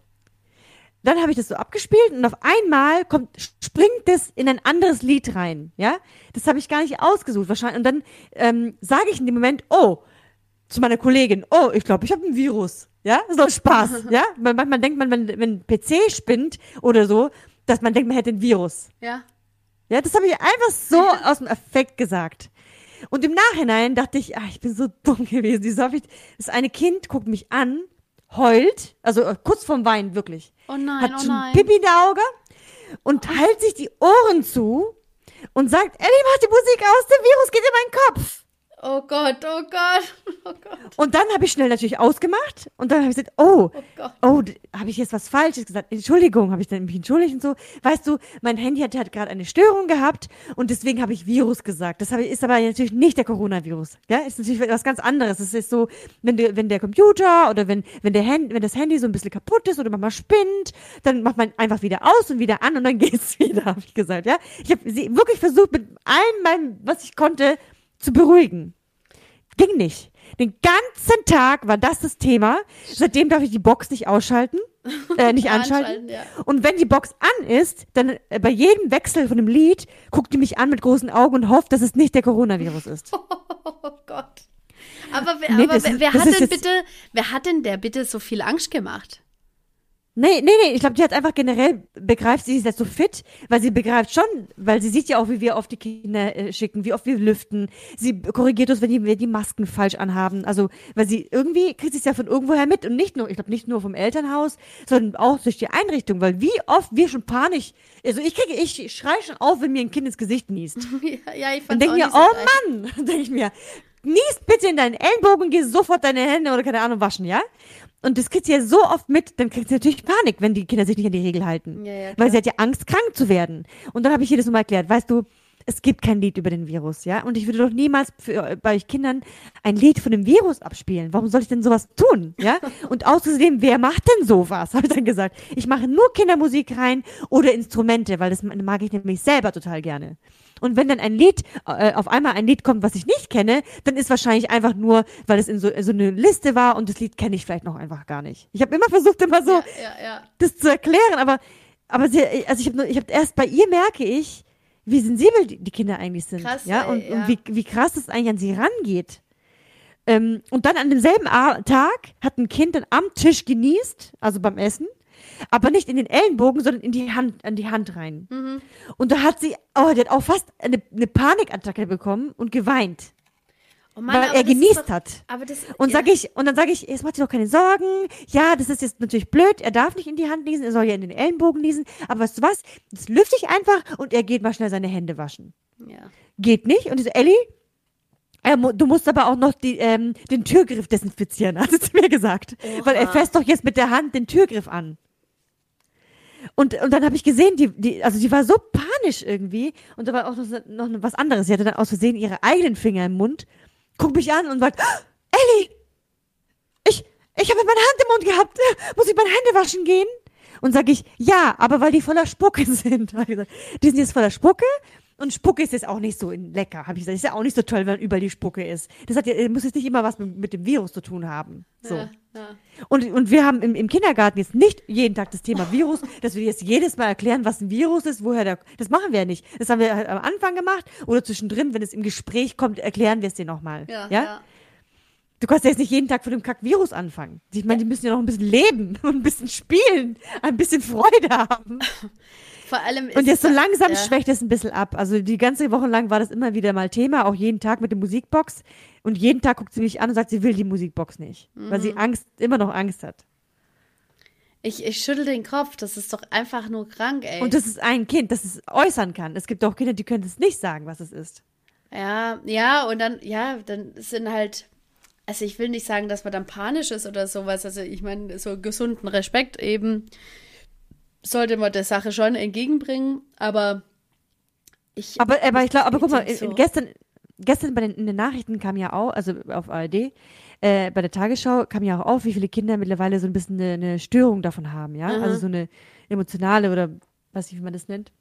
Dann habe ich das so abgespielt und auf einmal kommt, springt das in ein anderes Lied rein, ja? Das habe ich gar nicht ausgesucht wahrscheinlich. Und dann ähm, sage ich in dem Moment, oh, zu meiner Kollegin, oh, ich glaube, ich habe ein Virus, ja? So Spaß, ja? Man, manchmal denkt man, wenn, wenn ein P C spinnt oder so, dass man denkt, man hätte ein Virus. Ja. Ja, das habe ich einfach so aus dem Affekt gesagt. Und im Nachhinein dachte ich, ach, ich bin so dumm gewesen. Wieso hab ich, das eine Kind guckt mich an, heult, also äh, kurz vorm Weinen, wirklich. Oh nein, Hat oh schon nein. Pipi in der Auge und hält sich die Ohren zu und sagt, Ellie, mach die Musik aus, der Virus geht in meinen Kopf. Oh Gott, oh Gott, oh Gott, Und dann habe ich schnell natürlich ausgemacht und dann habe ich gesagt, oh, oh Gott. oh, habe ich jetzt was Falsches gesagt? Entschuldigung, habe ich dann mich entschuldigt und so. Weißt du, mein Handy hat, hat gerade eine Störung gehabt und deswegen habe ich Virus gesagt. Das habe ich, ist aber natürlich nicht der Coronavirus. Ja, ist natürlich was ganz anderes. Es ist so, wenn der, wenn der Computer oder wenn, wenn der Hand, wenn das Handy so ein bisschen kaputt ist oder manchmal spinnt, dann macht man einfach wieder aus und wieder an und dann geht's wieder, habe ich gesagt. Ja, ich habe sie wirklich versucht, mit allem meinem, was ich konnte, zu beruhigen. Ging nicht. Den ganzen Tag war das das Thema. Seitdem darf ich die Box nicht ausschalten, äh, nicht anschalten. Ja. Und wenn die Box an ist, dann äh, bei jedem Wechsel von dem Lied guckt die mich an mit großen Augen und hofft, dass es nicht der Coronavirus ist. Oh Gott. Aber, wer, Nee, aber das wer, ist- wer das hat ist denn jetzt- bitte, wer hat denn der bitte so viel Angst gemacht? Nee, nee, nee, ich glaube, die hat einfach generell, begreift sie ist jetzt so fit, weil sie begreift schon, weil sie sieht ja auch, wie wir oft die Kinder äh, schicken, wie oft wir lüften. Sie korrigiert uns, wenn die, wir die Masken falsch anhaben. Also, weil sie irgendwie kriegt sie es ja von irgendwoher mit und nicht nur, ich glaube, nicht nur vom Elternhaus, sondern auch durch die Einrichtung, weil wie oft wir schon panisch, also ich kriege, ich schreie schon auf, wenn mir ein Kind ins Gesicht niest. Ja, ja ich Dann fand denke auch mir, nicht so oh geil. Mann, dann denke ich mir, niest bitte in deinen Ellenbogen, geh sofort deine Hände oder keine Ahnung waschen, ja? Und das kriegt sie ja so oft mit, dann kriegt sie natürlich Panik, wenn die Kinder sich nicht an die Regel halten. Ja, ja, klar. Weil sie hat ja Angst, krank zu werden. Und dann habe ich ihr das nochmal erklärt, weißt du, es gibt kein Lied über den Virus, ja? Und ich würde doch niemals für, bei euch Kindern ein Lied von dem Virus abspielen. Warum soll ich denn sowas tun, ja? Und außerdem, wer macht denn sowas? Habe ich dann gesagt. Ich mache nur Kindermusik rein oder Instrumente, weil das mag ich nämlich selber total gerne. Und wenn dann ein Lied, äh, auf einmal ein Lied kommt, was ich nicht kenne, dann ist wahrscheinlich einfach nur, weil es in so, so eine Liste war und das Lied kenne ich vielleicht noch einfach gar nicht. Ich habe immer versucht, immer so Ja, ja, ja. das zu erklären, aber, aber sie, also ich habe ich hab erst bei ihr merke ich, wie sensibel die, die Kinder eigentlich sind. Krass, ja, ey, und, ja. und wie, wie krass das eigentlich an sie rangeht. Ähm, und dann an demselben A Tag hat ein Kind dann am Tisch genießt, also beim Essen, aber nicht in den Ellenbogen, sondern in die Hand, an die Hand rein. Mhm. Und da hat sie, oh, die hat auch fast eine, eine Panikattacke bekommen und geweint, Oh Mann, weil aber er das ist genießt doch- hat. Aber das, Und ja. sag ich, und dann sage ich, jetzt macht dir doch keine Sorgen. Ja, das ist jetzt natürlich blöd. Er darf nicht in die Hand niesen, er soll ja in den Ellenbogen niesen. Aber weißt du was? Das lüfte ich einfach und er geht mal schnell seine Hände waschen. Ja. Geht nicht. Und ich so, Ellie, er mu- du musst aber auch noch die, ähm, den Türgriff desinfizieren, hat sie zu mir gesagt. Oha. Weil er fasst doch jetzt mit der Hand den Türgriff an. Und, und dann habe ich gesehen, die, die, also die war so panisch irgendwie. Und da war auch noch, so- noch was anderes. Sie hatte dann aus Versehen ihre eigenen Finger im Mund, guckt mich an und sagt, "Ah, Ellie, ich, ich habe meine Hand im Mund gehabt. Muss ich meine Hände waschen gehen? Und sage ich, ja, aber weil die voller Spucke sind. Hab ich gesagt, die sind jetzt voller Spucke und Spucke ist jetzt auch nicht so lecker, habe ich gesagt. Ist ja auch nicht so toll, wenn überall die Spucke ist. Das hat ja, muss jetzt nicht immer was mit, mit dem Virus zu tun haben. So. Ja, ja. Und, und wir haben im, im Kindergarten jetzt nicht jeden Tag das Thema Virus, dass wir jetzt jedes Mal erklären, was ein Virus ist, woher der, das machen wir ja nicht. Das haben wir halt am Anfang gemacht oder zwischendrin, wenn es im Gespräch kommt, erklären wir es dir nochmal. Ja, ja? ja. Du kannst ja jetzt nicht jeden Tag von dem Kack-Virus anfangen. Ich meine, die müssen ja noch ein bisschen leben und ein bisschen spielen, ein bisschen Freude haben. Vor allem ist und jetzt so es- langsam ja. schwächt es ein bisschen ab. Also die ganze Woche lang war das immer wieder mal Thema, auch jeden Tag mit der Musikbox. Und jeden Tag guckt sie mich an und sagt, sie will die Musikbox nicht. Mhm. Weil sie Angst, immer noch Angst hat. Ich, ich schüttel den Kopf, das ist doch einfach nur krank, ey. Und das ist ein Kind, das es äußern kann. Es gibt auch Kinder, die können es nicht sagen, was es ist. Ja, ja, und dann, ja, dann sind halt, also ich will nicht sagen, dass man dann panisch ist oder sowas. Also ich meine, so gesunden Respekt eben sollte man der Sache schon entgegenbringen, aber ich. Aber, aber ich glaube, aber guck mal, denk in, so. gestern, gestern bei den, in den Nachrichten kam ja auch, also auf A R D, äh, bei der Tagesschau kam ja auch auf, wie viele Kinder mittlerweile so ein bisschen eine, eine Störung davon haben, ja? Mhm. Also so eine emotionale oder weiß nicht, wie man das nennt.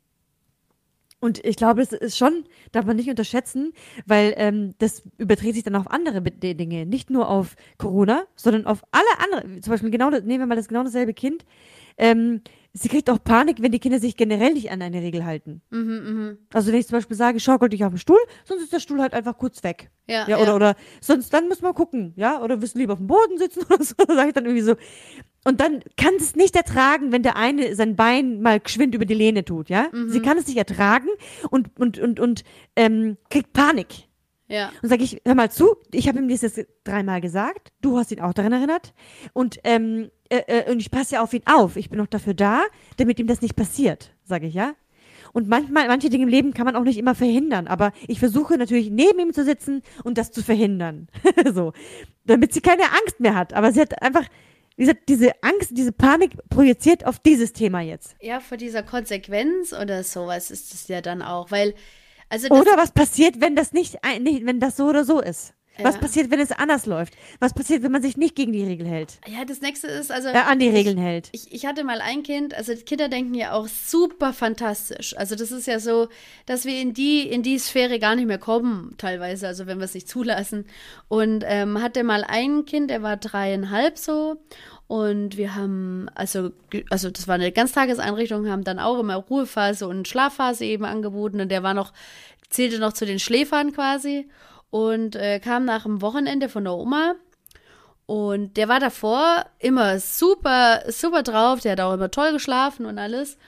Und ich glaube, das ist schon, darf man nicht unterschätzen, weil ähm, das überträgt sich dann auf andere Be- Dinge. Nicht nur auf Corona, sondern auf alle anderen. Zum Beispiel genau, das- nehmen wir mal das genau dasselbe Kind. Ähm, sie kriegt auch Panik, wenn die Kinder sich generell nicht an eine Regel halten. Mhm, mhm. Also wenn ich zum Beispiel sage, schaukel dich auf den Stuhl, sonst ist der Stuhl halt einfach kurz weg. Ja, Ja, oder, oder sonst, dann muss man gucken, ja, oder willst du lieber auf dem Boden sitzen oder so, sage ich dann irgendwie so. Und dann kann es nicht ertragen, wenn der eine sein Bein mal geschwind über die Lehne tut, ja. Mhm. Sie kann es nicht ertragen und, und, und, und ähm, kriegt Panik. Ja. Und sage ich, hör mal zu, ich habe ihm das jetzt dreimal gesagt, du hast ihn auch daran erinnert und, ähm, äh, äh, und ich passe ja auf ihn auf. Ich bin auch dafür da, damit ihm das nicht passiert, sage ich, ja. Und manchmal, manche Dinge im Leben kann man auch nicht immer verhindern, aber ich versuche natürlich neben ihm zu sitzen und das zu verhindern. So. Damit sie keine Angst mehr hat. Aber sie hat einfach, wie gesagt, diese Angst, diese Panik projiziert auf dieses Thema jetzt. Ja, vor dieser Konsequenz oder sowas ist es ja dann auch, weil, also das, Oder was passiert, wenn das nicht, ein- nicht, wenn das so oder so ist? Was Ja. passiert, wenn es anders läuft? Was passiert, wenn man sich nicht gegen die Regel hält? ja, das nächste ist, also. Äh, an die Regeln hält. Ich, ich hatte mal ein Kind, also die Kinder denken ja auch super fantastisch. Also das ist ja so, dass wir in die, in die Sphäre gar nicht mehr kommen, teilweise, also wenn wir es nicht zulassen. Und ähm, hatte mal ein Kind, der war dreieinhalb so. Und wir haben, also, ge- also das war eine Ganztageseinrichtung, haben dann auch immer Ruhephase und Schlafphase eben angeboten. Und der war noch, zählte noch zu den Schläfern quasi. Und äh, kam nach dem Wochenende von der Oma. Und der war davor immer super, super drauf. Der hat auch immer toll geschlafen und alles.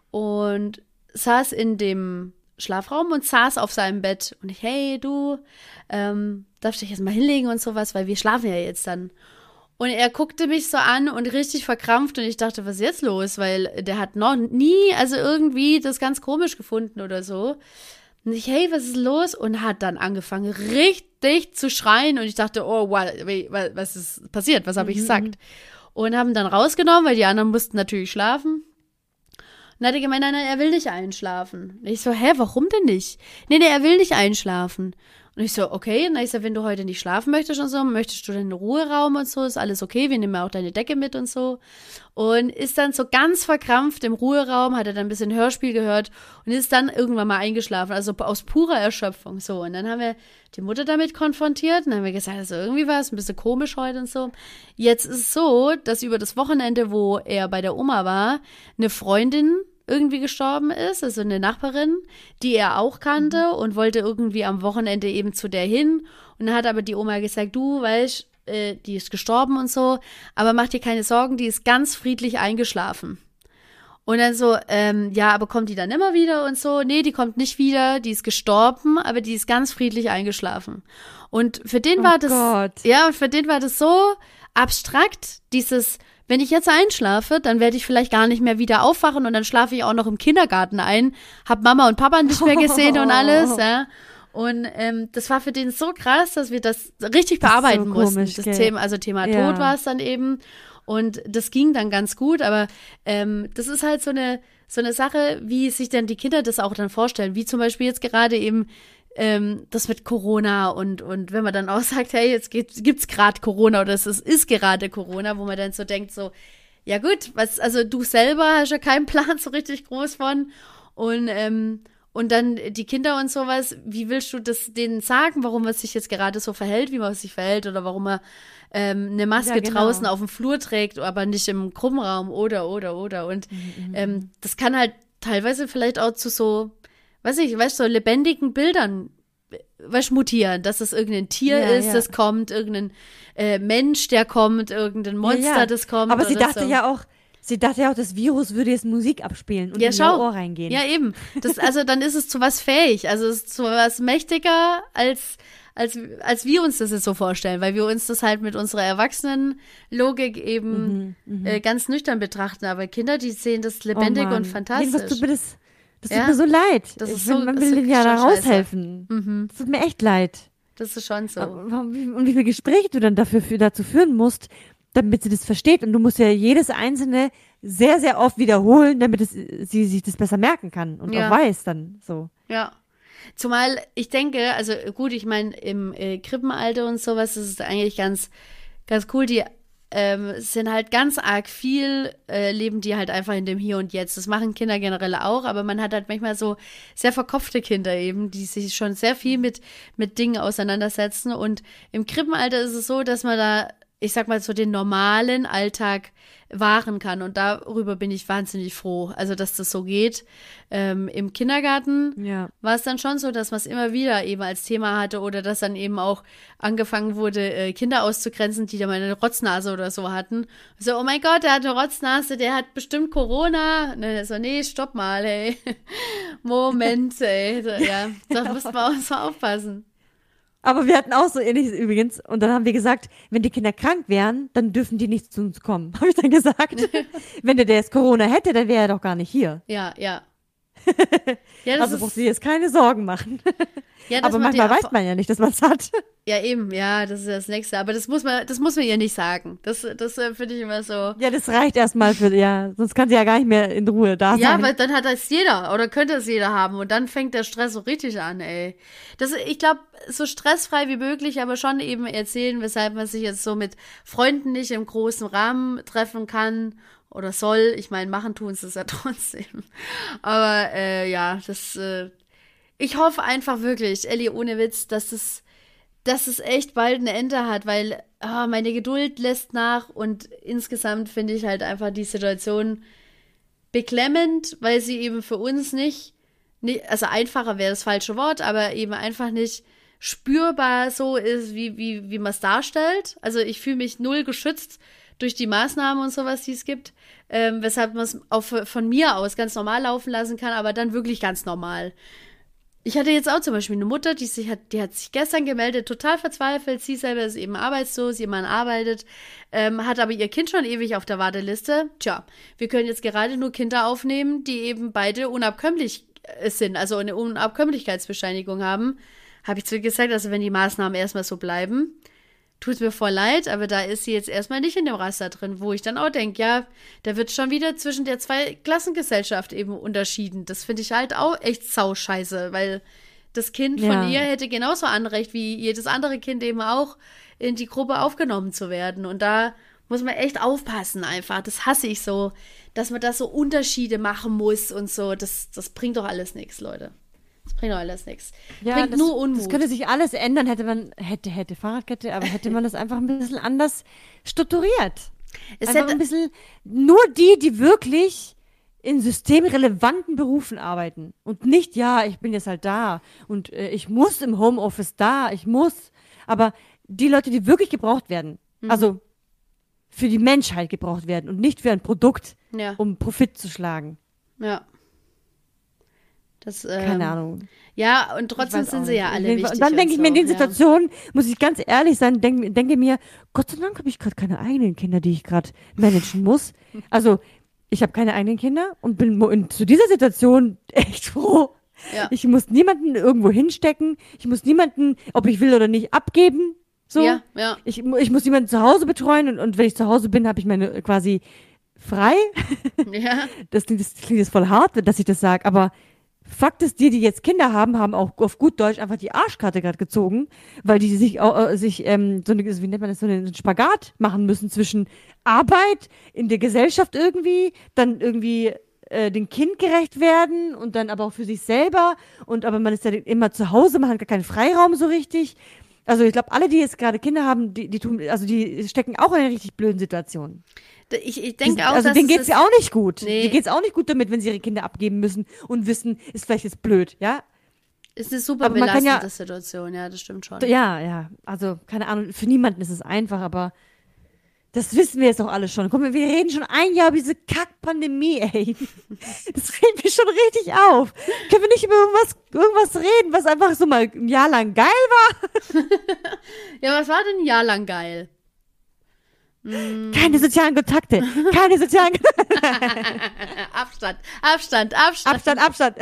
Und saß in dem Schlafraum und saß auf seinem Bett. Und ich, hey, du, ähm, darfst dich jetzt mal hinlegen und sowas, weil wir schlafen ja jetzt dann. Und er guckte mich so an und richtig verkrampft. Und ich dachte, was ist jetzt los? Weil der hat noch nie, also irgendwie das ganz komisch gefunden oder so. Und ich, hey, was ist los? Und hat dann angefangen, richtig zu schreien. Und ich dachte, oh, wow, wait, wa- was ist passiert? Was habe ich gesagt? Und haben dann rausgenommen, weil die anderen mussten natürlich schlafen. Und dann hat er gemeint, nein, nein, er will nicht einschlafen. Und ich so, hä, warum denn nicht? Nee, nee, er will nicht einschlafen. Und ich so, okay. Und dann ich so, wenn du heute nicht schlafen möchtest und so, möchtest du denn einen Ruheraum und so, ist alles okay, wir nehmen auch deine Decke mit und so. Und ist dann so ganz verkrampft im Ruheraum, hat er dann ein bisschen Hörspiel gehört und ist dann irgendwann mal eingeschlafen, also aus purer Erschöpfung. So, und dann haben wir die Mutter damit konfrontiert und dann haben wir gesagt, also irgendwie war es ein bisschen komisch heute und so. Jetzt ist es so, dass über das Wochenende, wo er bei der Oma war, eine Freundin irgendwie gestorben ist, also eine Nachbarin, die er auch kannte und wollte irgendwie am Wochenende eben zu der hin. Und dann hat aber die Oma gesagt, du weißt, äh, die ist gestorben und so, aber mach dir keine Sorgen, die ist ganz friedlich eingeschlafen. Und dann so, ähm, ja, aber kommt die dann immer wieder und so? Nee, die kommt nicht wieder, die ist gestorben, aber die ist ganz friedlich eingeschlafen. Und für den Oh war das, Gott. ja, und für den war das so abstrakt, dieses, wenn ich jetzt einschlafe, dann werde ich vielleicht gar nicht mehr wieder aufwachen und dann schlafe ich auch noch im Kindergarten ein, hab Mama und Papa nicht mehr gesehen und alles, ja. Und ähm, das war für den so krass, dass wir das richtig Das ist bearbeiten so mussten. komisch, Das gell? Thema, also Thema Ja. Tod war es dann eben. Und das ging dann ganz gut, aber ähm, das ist halt so eine, so eine Sache, wie sich dann die Kinder das auch dann vorstellen, wie zum Beispiel jetzt gerade eben ähm, das mit Corona und, und wenn man dann auch sagt, hey, jetzt gibt, gibt's gerade Corona oder es ist, ist gerade Corona, wo man dann so denkt, so, Ja gut, was, also du selber hast ja keinen Plan so richtig groß von und, ähm, und dann die Kinder und sowas, wie willst du das denen sagen, warum man sich jetzt gerade so verhält, wie man sich verhält oder warum man ähm, eine Maske Ja, genau. draußen auf dem Flur trägt, aber nicht im Krummenraum oder, oder, oder. Und Mhm, ähm, das kann halt teilweise vielleicht auch zu so, weiß ich, weißt du, so lebendigen Bildern weißt, mutieren, dass es irgendein Tier Ja, ist, ja. das kommt, irgendein äh, Mensch, der kommt, irgendein Monster, ja, ja. das kommt. Aber sie oder dachte so. ja auch, sie dachte ja auch, das Virus würde jetzt Musik abspielen und Ja, in schau. ihr Ohr reingehen. Ja, eben. Das, also dann ist es zu was fähig. Also es ist zu was mächtiger, als, als, als wir uns das jetzt so vorstellen, weil wir uns das halt mit unserer Erwachsenenlogik eben Mhm, mhm. äh, ganz nüchtern betrachten. Aber Kinder, die sehen das Oh lebendig Mann. und fantastisch. Nee, was tut mir das, das Ja. tut mir so leid. Das ich ist find, so- man ist will so denen ja da schon scheiße. raushelfen. Mhm. Das tut mir echt leid. Das ist schon so. Warum- wie- Und wie viele Gespräche du dann dafür für, dazu führen musst, damit sie das versteht. Und du musst ja jedes einzelne sehr, sehr oft wiederholen, damit es, sie sich das besser merken kann und Ja. auch weiß dann so. Ja. Zumal ich denke, also gut, ich meine, im äh, Krippenalter und sowas, das ist eigentlich ganz, ganz cool. Die ähm, sind halt ganz arg viel, äh, leben die halt einfach in dem Hier und Jetzt. Das machen Kinder generell auch, aber man hat halt manchmal so sehr verkopfte Kinder eben, die sich schon sehr viel mit, mit Dingen auseinandersetzen. Und im Krippenalter ist es so, dass man da, ich sag mal, so den normalen Alltag wahren kann. Und darüber bin ich wahnsinnig froh, also dass das so geht. Ähm, Im Kindergarten Ja. war es dann schon so, dass man es immer wieder eben als Thema hatte oder dass dann eben auch angefangen wurde, äh, Kinder auszugrenzen, die da mal eine Rotznase oder so hatten. So, oh mein Gott, der hat eine Rotznase, der hat bestimmt Corona. Ne, so, nee, stopp mal, ey. Moment, ey. So, ja, da müssten wir auch so aufpassen. Aber wir hatten auch so ähnliches übrigens. Und dann haben wir gesagt, wenn die Kinder krank wären, dann dürfen die nicht zu uns kommen. Habe ich dann gesagt. Wenn der, der jetzt Corona hätte, dann wäre er doch gar nicht hier. Ja, ja. Ja, das Also ist, brauchst du dir jetzt keine Sorgen machen. ja, das Aber macht manchmal die weiß man ja nicht, dass man es hat. Ja, eben, ja, das ist das Nächste. Aber das muss man, das muss man ihr nicht sagen. Das, das äh, finde ich immer so. Ja, das reicht erstmal für, ja, sonst kann sie ja gar nicht mehr in Ruhe da Ja, sein. weil dann hat das jeder oder könnte es jeder haben und dann fängt der Stress so richtig an, ey. Das, ich glaube, so stressfrei wie möglich, aber schon eben erzählen, weshalb man sich jetzt so mit Freunden nicht im großen Rahmen treffen kann oder soll. Ich meine, machen tun sie es ja trotzdem. Aber äh, ja, das, äh, ich hoffe einfach wirklich, Elli, ohne Witz, dass es, dass es echt bald ein Ende hat, weil ah, meine Geduld lässt nach und insgesamt finde ich halt einfach die Situation beklemmend, weil sie eben für uns nicht, nicht also einfacher wäre das falsche Wort, aber eben einfach nicht spürbar so ist, wie, wie, wie man es darstellt. Also ich fühle mich null geschützt durch die Maßnahmen und sowas, die es gibt, ähm, weshalb man es auch von mir aus ganz normal laufen lassen kann, aber dann wirklich ganz normal. Ich hatte jetzt auch zum Beispiel eine Mutter, die sich hat, die hat sich gestern gemeldet, total verzweifelt. Sie selber ist eben arbeitslos, ihr Mann arbeitet, ähm, hat aber ihr Kind schon ewig auf der Warteliste. Tja, wir können jetzt gerade nur Kinder aufnehmen, die eben beide unabkömmlich äh, sind, also eine Unabkömmlichkeitsbescheinigung haben. Habe ich zu ihr gesagt, also wenn die Maßnahmen erstmal so bleiben, tut mir voll leid, aber da ist sie jetzt erstmal nicht in dem Raster drin, wo ich dann auch denke, ja, da wird schon wieder zwischen der Zwei-Klassengesellschaft eben unterschieden. Das finde ich halt auch echt sauscheiße, weil das Kind von Ja. ihr hätte genauso Anrecht wie jedes andere Kind eben auch in die Gruppe aufgenommen zu werden. Und da muss man echt aufpassen einfach. Das hasse ich so, dass man da so Unterschiede machen muss und so. Das, das bringt doch alles nichts, Leute. Das bringt doch alles nichts. Ja, Bringt das, nur Unmut. das könnte sich alles ändern, hätte man, hätte, hätte Fahrradkette, aber hätte man das einfach ein bisschen anders strukturiert. Es einfach hätte- ein bisschen, nur die, die wirklich in systemrelevanten Berufen arbeiten und nicht, ja, ich bin jetzt halt da und äh, ich muss im Homeoffice da, ich muss, aber die Leute, die wirklich gebraucht werden, Mhm. also für die Menschheit gebraucht werden und nicht für ein Produkt, Ja, um Profit zu schlagen. ja. Das, ähm, Keine Ahnung. Ja, und Ich trotzdem weiß sind auch sie nicht. ja alle Und wichtig. dann denke ich und mir in so, den Situationen, muss ich ganz ehrlich sein, denke, denke mir, Gott sei Dank habe ich gerade keine eigenen Kinder, die ich gerade managen muss. Also, ich habe keine eigenen Kinder und bin mo- in, zu dieser Situation echt froh. Ja. Ich muss niemanden irgendwo hinstecken. Ich muss niemanden, ob ich will oder nicht, abgeben. So. Ja, ja. Ich, mu- ich muss niemanden zu Hause betreuen und, und wenn ich zu Hause bin, habe ich meine äh, quasi frei. Ja, Das klingt, das klingt jetzt voll hart, dass ich das sage, aber Fakt ist, die, die jetzt Kinder haben, haben auch auf gut Deutsch einfach die Arschkarte gerade gezogen, weil die sich, äh, sich ähm, so eine, wie nennt man das, so einen Spagat machen müssen zwischen Arbeit in der Gesellschaft irgendwie, dann irgendwie äh, dem Kind gerecht werden und dann aber auch für sich selber und aber man ist ja immer zu Hause, man hat gar keinen Freiraum so richtig. Also ich glaube, alle, die jetzt gerade Kinder haben, die, die tun, also die stecken auch in einer richtig blöden Situation. Ich, ich denke auch, also dass denen es geht's ja auch nicht gut. Nee. Denen geht's auch nicht gut damit, wenn sie ihre Kinder abgeben müssen und wissen, ist vielleicht jetzt blöd, ja? ist eine super Aber man kann belastende ja- Situation, ja, das stimmt schon. Ja, ja. Also, keine Ahnung, für niemanden ist es einfach, aber das wissen wir jetzt doch alle schon. Guck mal, wir reden schon ein Jahr über diese Kack-Pandemie, ey. Das regt mich schon richtig auf. Können wir nicht über irgendwas, irgendwas reden, was einfach so mal ein Jahr lang geil war? Ja, was war denn ein Jahr lang geil? Keine sozialen Kontakte. Keine sozialen Kontakte. Abstand, Abstand, Abstand. Abstand, Abstand.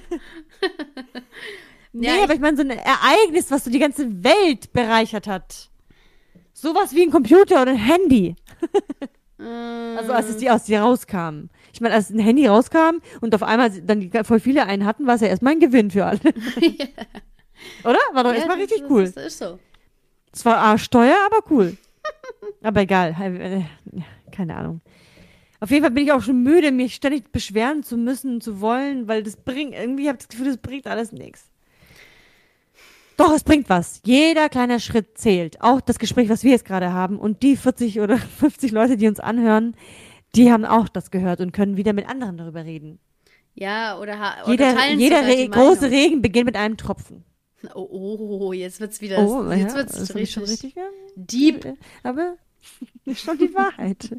Nee, Ja, ich- aber ich meine, so ein Ereignis, was so die ganze Welt bereichert hat. Sowas wie ein Computer oder ein Handy. Also als es die aus dir rauskamen. Ich meine, als ein Handy rauskam und auf einmal dann die, voll viele einen hatten, war es ja erstmal ein Gewinn für alle. Oder? War doch Ja, erstmal das- richtig das cool. Ist, das ist so. Es war arschteuer, aber cool. Aber egal. Äh, Keine Ahnung. Auf jeden Fall bin ich auch schon müde, mich ständig beschweren zu müssen, zu wollen, weil das bringt, irgendwie habe ich das Gefühl, das bringt alles nichts. Doch, es bringt was. Jeder kleine Schritt zählt. Auch das Gespräch, was wir jetzt gerade haben. Und die vierzig oder fünfzig Leute, die uns anhören, die haben auch das gehört und können wieder mit anderen darüber reden. Ja, oder, ha- oder Jeder, teilen jeder sogar die Re große Meinung. Regen beginnt mit einem Tropfen. Oh, oh, jetzt wird's wieder, Oh, jetzt ja, wird's das hab ich schon richtig, richtig ja? deep. Aber ist schon die Wahrheit.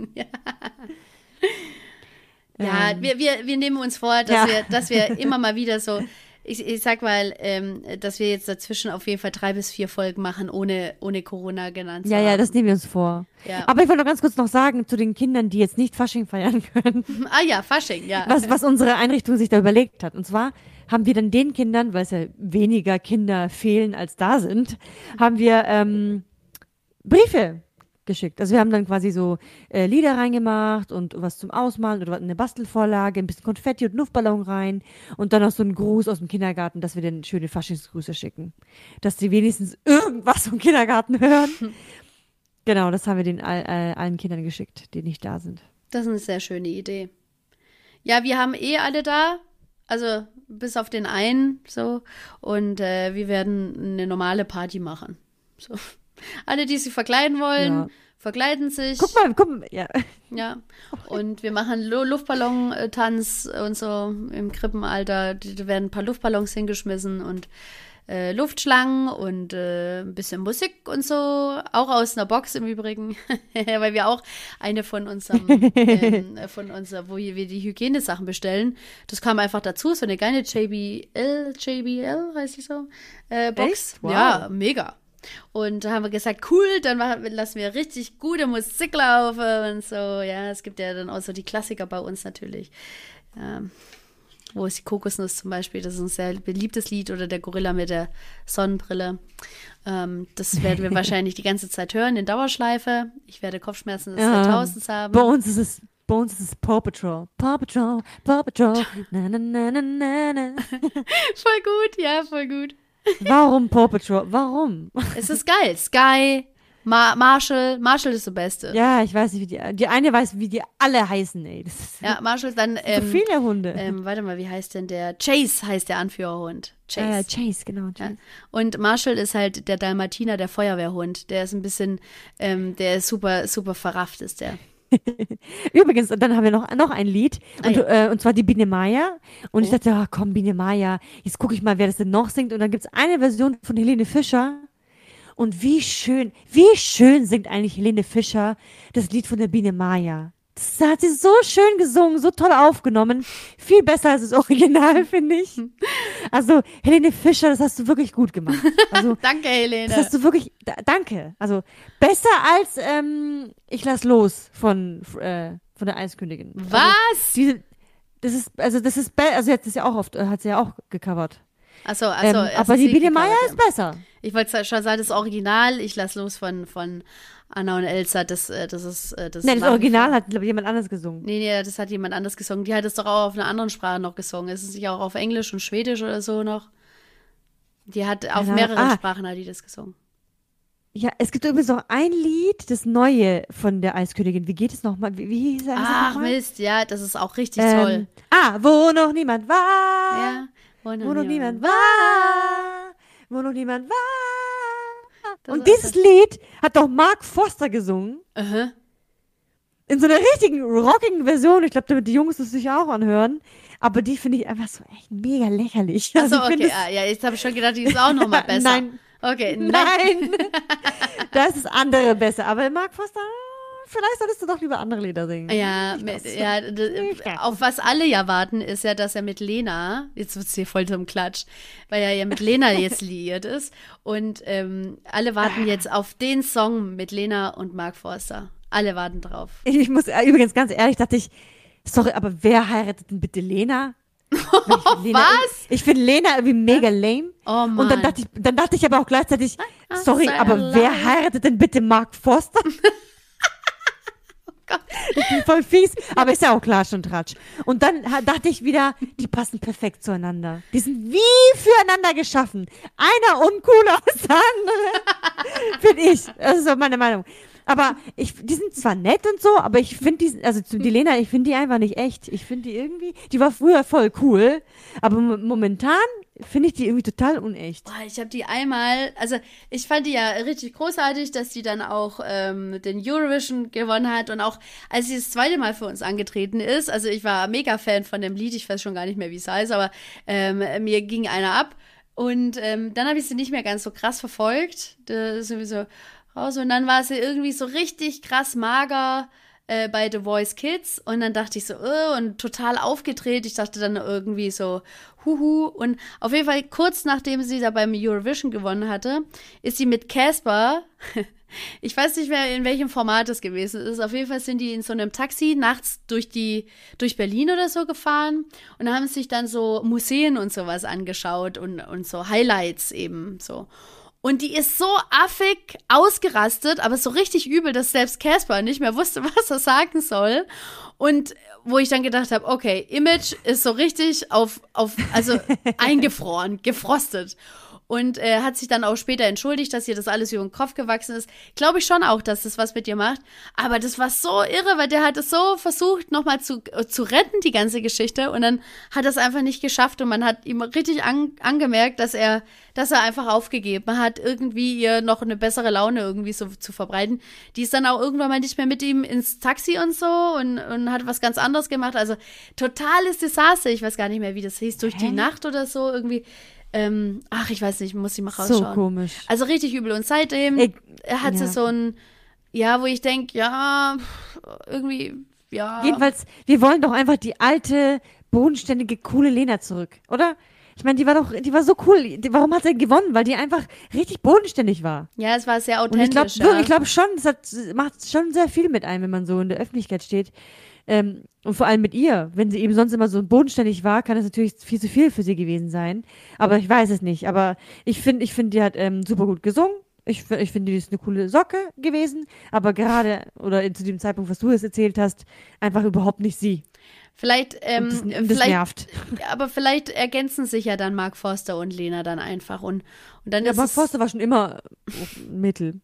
Ja, Ähm, wir, wir, wir nehmen uns vor, dass, Ja. wir, dass wir immer mal wieder so, ich, ich sag mal, ähm, dass wir jetzt dazwischen auf jeden Fall drei bis vier Folgen machen, ohne, ohne Corona genannt zu Ja, ja, haben. das nehmen wir uns vor. Ja. Aber ich wollte noch ganz kurz noch sagen zu den Kindern, die jetzt nicht Fasching feiern können, Ah ja, Fasching, ja. was, was unsere Einrichtung sich da überlegt hat. Und zwar haben wir dann den Kindern, weil es ja weniger Kinder fehlen als da sind, haben wir ähm, Briefe geschickt. Also wir haben dann quasi so äh, Lieder reingemacht und was zum Ausmalen oder eine Bastelvorlage, ein bisschen Konfetti und Luftballon rein und dann noch so einen Gruß aus dem Kindergarten, dass wir dann schöne Faschingsgrüße schicken. Dass die wenigstens irgendwas vom Kindergarten hören. Genau, das haben wir den all, all, allen Kindern geschickt, die nicht da sind. Das ist eine sehr schöne Idee. Ja, wir haben eh alle da, also bis auf den einen so und äh, wir werden eine normale Party machen. So. Alle, die sich verkleiden wollen, Ja. verkleiden sich. Guck mal, guck mal, ja. Ja. Und wir machen Lu- Luftballon-Tanz und so im Krippenalter. Da werden ein paar Luftballons hingeschmissen und äh, Luftschlangen und äh, ein bisschen Musik und so. Auch aus einer Box im Übrigen. Weil wir auch eine von unserem, ähm, von unser, wo wir die Hygienesachen bestellen. Das kam einfach dazu. So eine geile J B L, J B L heißt die so, äh, Box. Echt? Wow. Ja, mega. Und da haben wir gesagt, cool, dann machen, lassen wir richtig gute Musik laufen und so. Ja, es gibt ja dann auch so die Klassiker bei uns natürlich. Ähm, wo ist die Kokosnuss zum Beispiel? Das ist ein sehr beliebtes Lied. Oder der Gorilla mit der Sonnenbrille. Ähm, das werden wir wahrscheinlich die ganze Zeit hören in Dauerschleife. Ich werde Kopfschmerzen des Ja. Jahrtausends haben. Bei uns ist es, bei uns ist es Paw Patrol. Paw Patrol, Paw Patrol. Na, na, na, na, na, na. Voll gut, ja, voll gut. Warum Paw Patrol? Warum? Es ist geil. Sky, Ma Marshall. Marshall ist der Beste. Ja, ich weiß nicht, wie die, die eine weiß, wie die alle heißen, ey. Das ist Ja, Marshall dann, so ähm, viele Hunde. ähm, warte mal, wie heißt denn der? Chase heißt der Anführerhund. Chase. Ah, ja, Chase, genau. Ja. Chase. Und Marshall ist halt der Dalmatiner, der Feuerwehrhund. Der ist ein bisschen, ähm, der ist super, super verrafft ist der. Übrigens, dann haben wir noch, noch ein Lied, und, Ah, äh, und zwar die Biene Maya. Und ich Oh. dachte, ah, komm, Biene Maya, jetzt gucke ich mal, wer das denn noch singt. Und dann gibt's eine Version von Helene Fischer. Und wie schön, wie schön singt eigentlich Helene Fischer das Lied von der Biene Maya. Das hat sie so schön gesungen, so toll aufgenommen. Viel besser als das Original, finde ich. Also, Helene Fischer, das hast du wirklich gut gemacht. Also, Danke, Helene. das hast du wirklich, da, danke. Also, besser als ähm, Ich lass los von, äh, von der Eiskönigin. Also, Was? diese, das ist, also, das ist, be- also, jetzt ist ja auch oft, äh, hat sie ja auch gecovert. Achso, also, ähm, aber die Biene Maya ist besser. Ich wollte schon sagen, das Original, ich lass los von, von Anna und Elsa, das, äh, das ist äh, das. Nein, das Original hat, glaube ich, jemand anderes gesungen. Nee, nee, das hat jemand anders gesungen. Die hat es doch auch auf einer anderen Sprache noch gesungen. Ist es nicht auch auf Englisch und Schwedisch oder so noch? Die hat auf Keine mehreren Ahnung. Ah. Sprachen hat die das gesungen. Ja, es gibt übrigens noch ein Lied, das neue von der Eiskönigin. Wie geht es nochmal? Wie, wie hieß es Ach nochmal? Mist, ja, das ist auch richtig Ähm, toll. Ah, wo noch niemand war. Ja, Wo noch niemand war. Wo noch niemand war. Das Und ist dieses Lied hat doch Mark Foster gesungen. Aha. In so einer richtigen, rockigen Version. Ich glaube, damit die Jungs das sich auch anhören. Aber die finde ich einfach so echt mega lächerlich. Achso, Also ich okay, find ah, ja, jetzt habe ich schon gedacht, die ist auch noch mal besser. Nein. Okay, nein. Nein. Da ist das andere besser. Aber Mark Foster, vielleicht solltest du doch lieber andere Lieder singen. Ja, Nicht mit, das. ja d- Nicht das. auf was alle ja warten, ist ja, dass er mit Lena, jetzt wird es hier voll zum Klatsch, weil er ja mit Lena jetzt liiert ist. Und ähm, alle warten jetzt auf den Song mit Lena und Mark Forster. Alle warten drauf. Ich muss äh, übrigens ganz ehrlich, dachte ich, sorry, aber wer heiratet denn bitte Lena? Weil ich find Lena Was? Ich finde Lena irgendwie mega lame. Oh Mann. Und dann dachte ich, dann dachte ich aber auch gleichzeitig, I'm sorry, so aber alive. wer heiratet denn bitte Mark Forster? Gott. Ich bin voll fies, aber ist ja auch Klatsch und Tratsch. Und dann ha- dachte ich wieder, die passen perfekt zueinander. Die sind wie füreinander geschaffen. Einer uncooler als der andere. Finde ich. Das ist so meine Meinung. Aber ich, die sind zwar nett und so, aber ich finde die, also zu die Lena, ich finde die einfach nicht echt. Ich finde die irgendwie, die war früher voll cool, aber m- momentan finde ich die irgendwie total unecht. Boah, ich habe die einmal, also ich fand die ja richtig großartig, dass die dann auch ähm, den Eurovision gewonnen hat und auch als sie das zweite Mal für uns angetreten ist, also ich war mega Fan von dem Lied, ich weiß schon gar nicht mehr, wie es heißt, aber ähm, mir ging einer ab und ähm, dann habe ich sie nicht mehr ganz so krass verfolgt, das ist sowieso raus und dann war sie irgendwie so richtig krass mager äh, bei The Voice Kids und dann dachte ich so, äh, und total aufgedreht. Ich dachte dann irgendwie so, huhu. Und auf jeden Fall kurz nachdem sie da beim Eurovision gewonnen hatte, ist sie mit Casper, ich weiß nicht mehr, in welchem Format es gewesen ist. Auf jeden Fall sind die in so einem Taxi nachts durch die, durch Berlin oder so gefahren und haben sich dann so Museen und sowas angeschaut und, und so Highlights eben so. Und die ist so affig ausgerastet, aber so richtig übel, dass selbst Casper nicht mehr wusste, was er sagen soll. Und wo ich dann gedacht habe, okay, Image ist so richtig auf, auf also eingefroren, gefrostet. Und äh, hat sich dann auch später entschuldigt, dass ihr das alles über den Kopf gewachsen ist. Glaube ich schon auch, dass das was mit ihr macht. Aber das war so irre, weil der hat es so versucht, nochmal zu, äh, zu retten, die ganze Geschichte. Und dann hat er es einfach nicht geschafft. Und man hat ihm richtig an, angemerkt, dass er, dass er einfach aufgegeben hat, irgendwie ihr noch eine bessere Laune irgendwie so zu verbreiten. Die ist dann auch irgendwann mal nicht mehr mit ihm ins Taxi und so und, und hat was ganz anderes gemacht. Also totales Desaster. Ich weiß gar nicht mehr, wie das hieß. Durch die Hä? Nacht oder so irgendwie. Ähm, ach, ich weiß nicht, muss ich mal So rausschauen. komisch. Also richtig übel. Und seitdem Ich- hat sie ja. so ein, ja, wo ich denke, ja, irgendwie, ja. Jedenfalls, wir wollen doch einfach die alte, bodenständige, coole Lena zurück, oder? Ich meine, die war doch, die war so cool. Die, warum hat sie gewonnen? Weil die einfach richtig bodenständig war. Ja, es war sehr Und ich glaube, authentisch. ja. ich glaube schon, das hat, macht schon sehr viel mit einem, wenn man so in der Öffentlichkeit steht. Ähm, und vor allem mit ihr. Wenn sie eben sonst immer so bodenständig war, kann das natürlich viel zu viel für sie gewesen sein. Aber ich weiß es nicht. Aber ich finde, ich finde, die hat ähm, super gut gesungen. Ich, fi- ich finde, die ist eine coole Socke gewesen. Aber gerade, oder in, zu dem Zeitpunkt, was du jetzt erzählt hast, einfach überhaupt nicht sie. Vielleicht, ähm, Und das, und das vielleicht, nervt. aber vielleicht ergänzen sich ja dann Mark Forster und Lena dann einfach und, und dann Ja, ist Mark es, Forster war schon immer Mittel.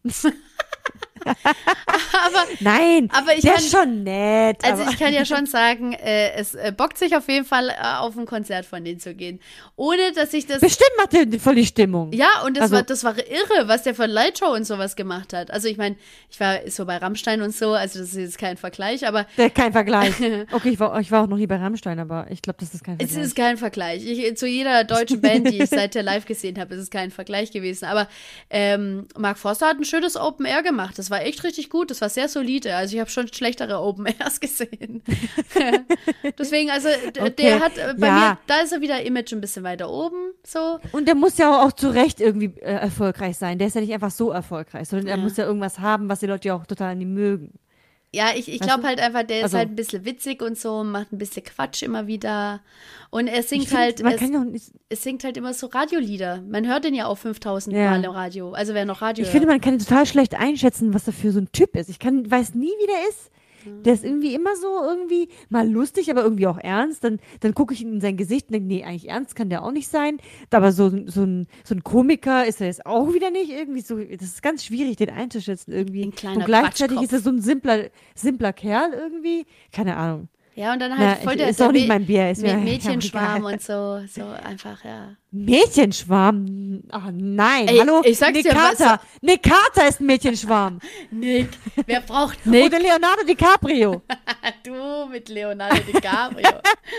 aber Nein, Aber ich der kann- ist schon nett. Also aber ich kann ja schon sagen, äh, es äh, bockt sich auf jeden Fall, äh, auf ein Konzert von denen zu gehen. Ohne, dass ich das... bestimmt macht der voll die Stimmung. Ja, und das, Also- war, das war irre, was der von Lightshow und sowas gemacht hat. Also ich meine, ich war so bei Rammstein und so, also das ist jetzt kein Vergleich, aber Der, kein Vergleich. Okay, ich war, ich war auch noch nie bei Rammstein, aber ich glaube, das ist kein es Vergleich. ist kein Vergleich. Ich, zu jeder deutschen Band, die ich seither live gesehen habe, ist es kein Vergleich gewesen. Aber ähm, Mark Forster hat ein schönes Open Air gemacht. Das war echt richtig gut. Das war sehr solide. Also ich habe schon schlechtere Open Airs gesehen. Deswegen, also d- Okay, der hat äh, bei ja. mir, da ist er wieder Image ein bisschen weiter oben. So. Und der muss ja auch, auch zu Recht irgendwie äh, erfolgreich sein. Der ist ja nicht einfach so erfolgreich, sondern er Ja. muss ja irgendwas haben, was die Leute ja auch total an ihm mögen. Ja, ich, ich Weißt glaube du? halt einfach, der Also- ist halt ein bisschen witzig und so, macht ein bisschen Quatsch immer wieder. Und er Ich singt find, halt, man es, kann ja auch nicht, es singt halt immer so Radiolieder. Man hört den ja auch fünftausend Ja. Mal im Radio. Also wer noch Radio ich finde, hört. man kann ihn total schlecht einschätzen, was er für so ein Typ ist. Ich kann, weiß nie, wie der ist. Der ist irgendwie immer so irgendwie mal lustig, aber irgendwie auch ernst. Dann, dann gucke ich in sein Gesicht und denke, nee, eigentlich ernst kann der auch nicht sein. Aber so, so, ein, so ein Komiker ist er jetzt auch wieder nicht. Irgendwie so, das ist ganz schwierig, den einzuschätzen irgendwie. Ein kleiner und gleichzeitig Quatschkopf. ist er so ein simpler, simpler Kerl irgendwie. Keine Ahnung. Ja, und dann Na, halt voll ich- der, ist der auch nicht Mä- mein Bier, ist Mä- mir- Mädchenschwarm ja, und so. So einfach, ja. Mädchenschwarm? Ach nein, Ey, hallo? ich sag's Nick dir, was- Carter. Nick Carter ist ein Mädchenschwarm. Nick, wer braucht Nick? Oder Leonardo DiCaprio. Du mit Leonardo DiCaprio.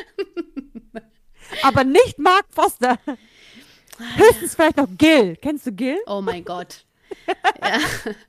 Aber nicht Mark Foster. Höchstens vielleicht noch Gil. Kennst du Gil? Oh mein Gott. Ja.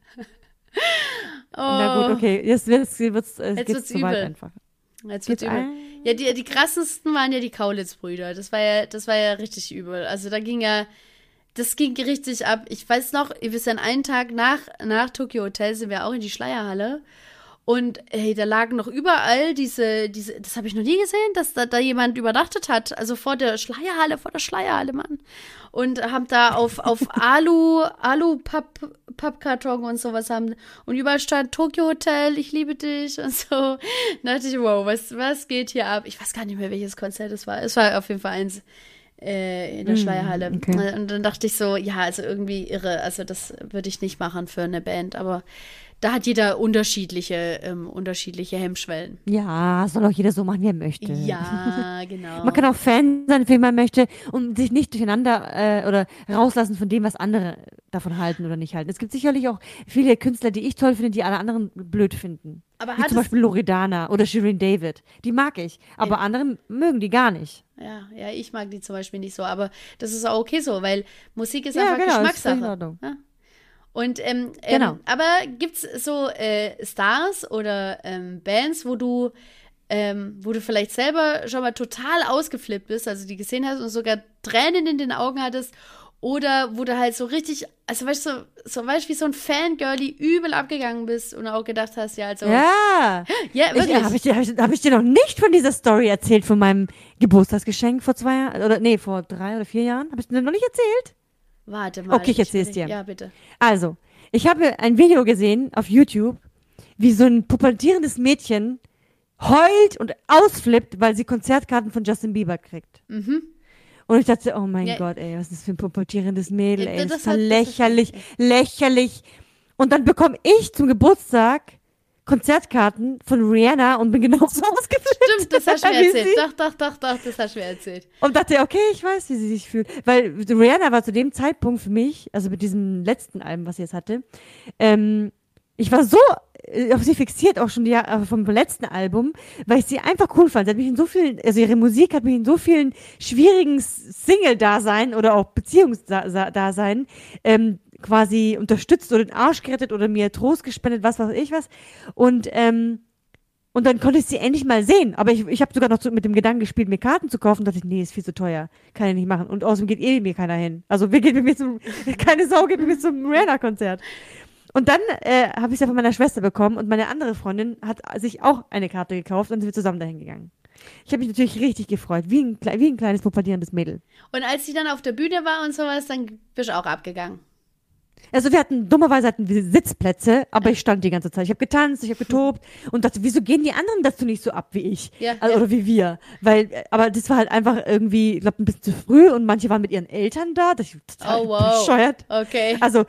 Oh, Na gut, okay. Jetzt wird's, wird's, äh, Jetzt geht's wird's zu weit übel. einfach. Jetzt wird's Geht's übel. ein? Ja, die, die krassesten waren ja die Kaulitz-Brüder. Das war ja, das war ja richtig übel. Also da ging ja, das ging richtig ab. Ich weiß noch, wir sind einen Tag nach, nach Tokyo Hotel sind wir auch in die Schleierhalle. Und hey, da lagen noch überall diese, diese, das habe ich noch nie gesehen, dass da, da jemand übernachtet hat. Also vor der Schleierhalle, vor der Schleierhalle, Mann. Und haben da auf, auf Alu, Alu-Papp, Pappkarton und sowas haben. Und überall stand Tokyo Hotel, ich liebe dich und so. Da dachte ich, wow, was, was geht hier ab? Ich weiß gar nicht mehr, welches Konzert es war. Es war auf jeden Fall eins äh, in der Mm, Schleierhalle. okay. Und dann dachte ich so, ja, also irgendwie irre. Also das würde ich nicht machen für eine Band. Aber da hat jeder unterschiedliche, ähm, unterschiedliche Hemmschwellen. Ja, soll auch jeder so machen, wie er möchte. Ja, genau. Man kann auch Fan sein, wie man möchte und sich nicht durcheinander äh, oder rauslassen von dem, was andere davon halten oder nicht halten. Es gibt sicherlich auch viele Künstler, die ich toll finde, die alle anderen blöd finden. Aber Wie hat zum es, Beispiel Loredana oder Shirin David. Die mag ich, aber Ja. andere mögen die gar nicht. ja, ja, ich mag die zum Beispiel nicht so, aber das ist auch okay so, weil Musik ist Ja, einfach genau, ist völlig in Geschmackssache. Ordnung. Ja. Und ähm, Genau. ähm, aber gibt's so äh, Stars oder ähm, Bands, wo du ähm, wo du vielleicht selber schon mal total ausgeflippt bist, also die gesehen hast und sogar Tränen in den Augen hattest, oder wo du halt so richtig, also weißt du, so, so weißt du, wie so ein Fangirlie übel abgegangen bist und auch gedacht hast, ja, also Ja. ja, wirklich. Habe ich, dir- hab ich, hab ich dir noch nicht von dieser Story erzählt, von meinem Geburtstagsgeschenk vor zwei Jahren? Oder nee, vor drei oder vier Jahren? Habe ich dir noch nicht erzählt? Warte mal. Okay, ich erzähl's überleg- dir. Ja, bitte. Also, ich habe ein Video gesehen auf YouTube, wie so ein pubertierendes Mädchen heult und ausflippt, weil sie Konzertkarten von Justin Bieber kriegt. Mhm. Und ich dachte, oh mein Ja. Gott, ey, was ist das für ein pubertierendes Mädel, Ja, ey, das, das ist ja hat- das hat- lächerlich, lächerlich. Und dann bekomme ich zum Geburtstag Konzertkarten von Rihanna und bin genauso ausgeflippt. Stimmt, das hast du mir wie erzählt. sie. Doch, doch, doch, doch, das hast du mir erzählt. Und dachte, okay, ich weiß, wie sie sich fühlt. Weil Rihanna war zu dem Zeitpunkt für mich, also mit diesem letzten Album, was sie jetzt hatte, ähm, ich war so äh, auf sie fixiert, auch schon die, äh, vom letzten Album, weil ich sie einfach cool fand. Sie hat mich in so vielen, also ihre Musik hat mich in so vielen schwierigen Single-Dasein oder auch Beziehungsdasein ähm, quasi unterstützt oder den Arsch gerettet oder mir Trost gespendet, was weiß ich was. Und ähm, und dann konnte ich sie endlich mal sehen. Aber ich, ich habe sogar noch so mit dem Gedanken gespielt, mir Karten zu kaufen. Und dachte ich, nee, ist viel zu teuer. Kann ich nicht machen. Und außerdem geht eh mir keiner hin. Also wir gehen mit mir zum, keine Sau geht mit mir zum Rihanna-Konzert. Und dann äh, habe ich es ja von meiner Schwester bekommen und meine andere Freundin hat sich auch eine Karte gekauft und sind wir zusammen dahin gegangen. Ich habe mich natürlich richtig gefreut, wie ein, kle- wie ein kleines pubertierendes Mädel. Und als sie dann auf der Bühne war und sowas, dann bist du auch abgegangen. Also wir hatten, dummerweise hatten wir Sitzplätze, aber ich stand die ganze Zeit. Ich habe getanzt, ich habe getobt und dachte, wieso gehen die anderen dazu nicht so ab wie ich? Ja, also, ja. Oder wie wir. Weil, äh, aber das war halt einfach irgendwie, ich glaube, ein bisschen zu früh und manche waren mit ihren Eltern da. Das ist total Oh, wow. bescheuert. Okay. Also,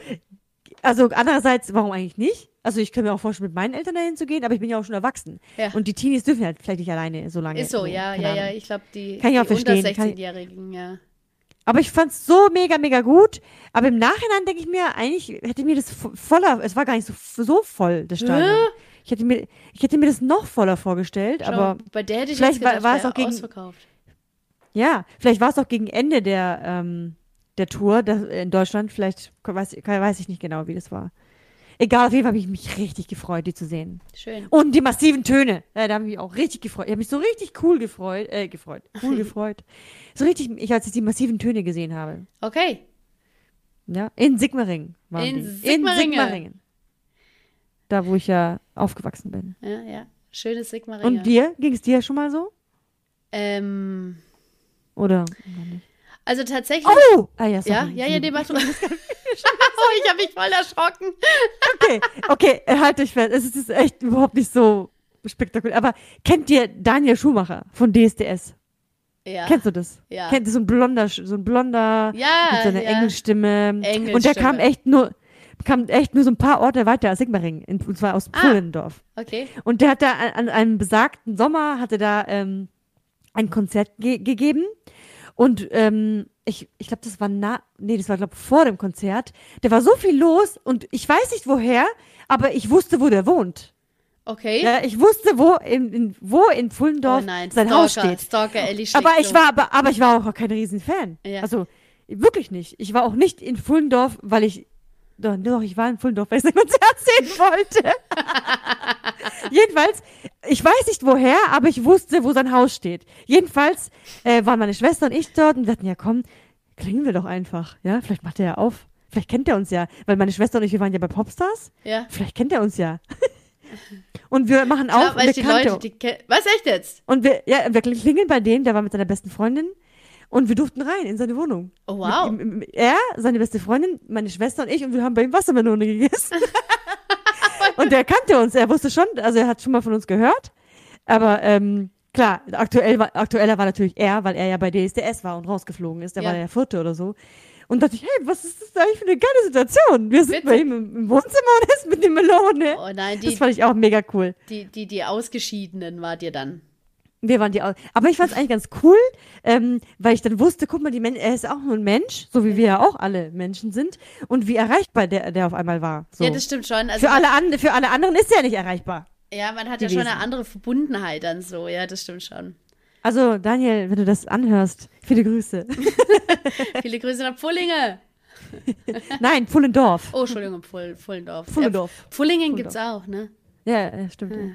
also andererseits, warum eigentlich nicht? Also ich könnte mir auch vorstellen, mit meinen Eltern dahin zu gehen, aber ich bin ja auch schon erwachsen. Ja. Und die Teenies dürfen halt vielleicht nicht alleine so lange. Ist so, also, ja, keine ja, ja. Ahnung. Ich glaube, die, Kann ich auch die unter verstehen. Kann ich- sechzehnjährigen, ja. Aber ich fand's so mega, mega gut. Aber im Nachhinein denke ich mir, eigentlich hätte mir das vo- voller, es war gar nicht so, so voll, das Stadion. Hä? Ich hätte mir, ich hätte mir das noch voller vorgestellt, Schau, aber bei der hätte ich vielleicht jetzt gedacht, war- war es wäre auch gegen- ausverkauft. ja, vielleicht war es auch gegen Ende der, ähm, der Tour das, in Deutschland. Vielleicht weiß, weiß ich nicht genau, wie das war. Egal, auf jeden Fall habe ich mich richtig gefreut, die zu sehen. Schön. Und die massiven Töne. Ja, da habe ich mich auch richtig gefreut. Ich habe mich so richtig cool gefreut. Äh, gefreut. Cool gefreut. So richtig, ich, als ich die massiven Töne gesehen habe. Okay. Ja, in Sigmaringen waren In die. Sigmaringen. In Sigmaringen. da wo ich ja aufgewachsen bin. Ja, ja. Schönes Sigmaringen. Und dir? Ging es dir schon mal so? Ähm, Oder noch nicht? also tatsächlich. Oh! Ah ja, sorry. ja, ja, ja, nee, mach du. Oh, ich habe mich voll erschrocken. Okay, okay, halt euch fest. Es ist echt überhaupt nicht so spektakulär. Aber kennt ihr Daniel Schumacher von D S D S? Ja. Kennst du das? Ja. Kennt ihr so ein blonder, so ein blonder Ja, mit so einer ja. Engelstimme. Engelstimme. Und der kam echt nur, kam echt nur so ein paar Orte weiter als Sigmaringen, in, und zwar aus Ah. Pfullendorf. Okay. Und der hat da an, an einem besagten Sommer, hatte da ähm, ein Konzert ge gegeben. Und ähm, ich, ich glaube, das war na, nee, das war glaube vor dem Konzert. Da war so viel los und ich weiß nicht woher, aber ich wusste, wo der wohnt. Okay. Ja, ich wusste, wo in, in wo in Pfullendorf Oh nein, sein Stalker, Haus steht. Stalker Ellie schlägt Aber ich so. war, aber, aber ich war auch kein Riesenfan. Ja. Also wirklich nicht. Ich war auch nicht in Pfullendorf, weil ich doch, doch ich war in Pfullendorf, weil ich sein Konzert sehen wollte. Jedenfalls, ich weiß nicht woher, aber ich wusste, wo sein Haus steht. Jedenfalls äh, waren meine Schwester und ich dort und wir dachten, ja komm, klingeln wir doch einfach. Ja, vielleicht macht er ja auf. Vielleicht kennt er uns ja. Weil meine Schwester und ich, wir waren ja bei Popstars. Ja. Vielleicht kennt er uns ja. Und wir machen Ja, auf weil und die wir kannte Leute, die ke- Was, echt jetzt? und wir, ja, wir klingeln bei dem, der war mit seiner besten Freundin und wir durften rein in seine Wohnung. Oh, wow. Mit ihm, er, seine beste Freundin, meine Schwester und ich und wir haben bei ihm Wassermelone gegessen. Und der kannte uns, er wusste schon, also er hat schon mal von uns gehört. Aber ähm, klar, aktuell war, aktueller war natürlich er, weil er ja bei D S D S war und rausgeflogen ist. Der Ja. war der vierte oder so. Und dachte ich, hey, was ist das eigentlich für eine geile Situation? Wir sind Witzig. bei ihm im, im Wohnzimmer und er ist mit der Melone. Oh nein, Das die, fand ich auch mega cool. die, die, die Ausgeschiedenen wart ihr dann. Wir waren die auch. Aber ich fand es eigentlich ganz cool, ähm, weil ich dann wusste, guck mal, die Men er ist auch nur ein Mensch, so wie wir ja auch alle Menschen sind. Und wie erreichbar der, der auf einmal war. So. Ja, das stimmt schon. Also für, alle an, für alle anderen ist er nicht erreichbar. Ja, man hat ja gewesen. schon eine andere Verbundenheit dann so. Ja, das stimmt schon. Also, Daniel, wenn du das anhörst, viele Grüße. Viele Grüße nach Pfullinge. Nein, Pfullendorf. Oh, Entschuldigung, Pfull, Pfullendorf. Pfullendorf. Ja, Pfullingen Pfullendorf. gibt's auch, ne? Ja, ja, stimmt. Ja,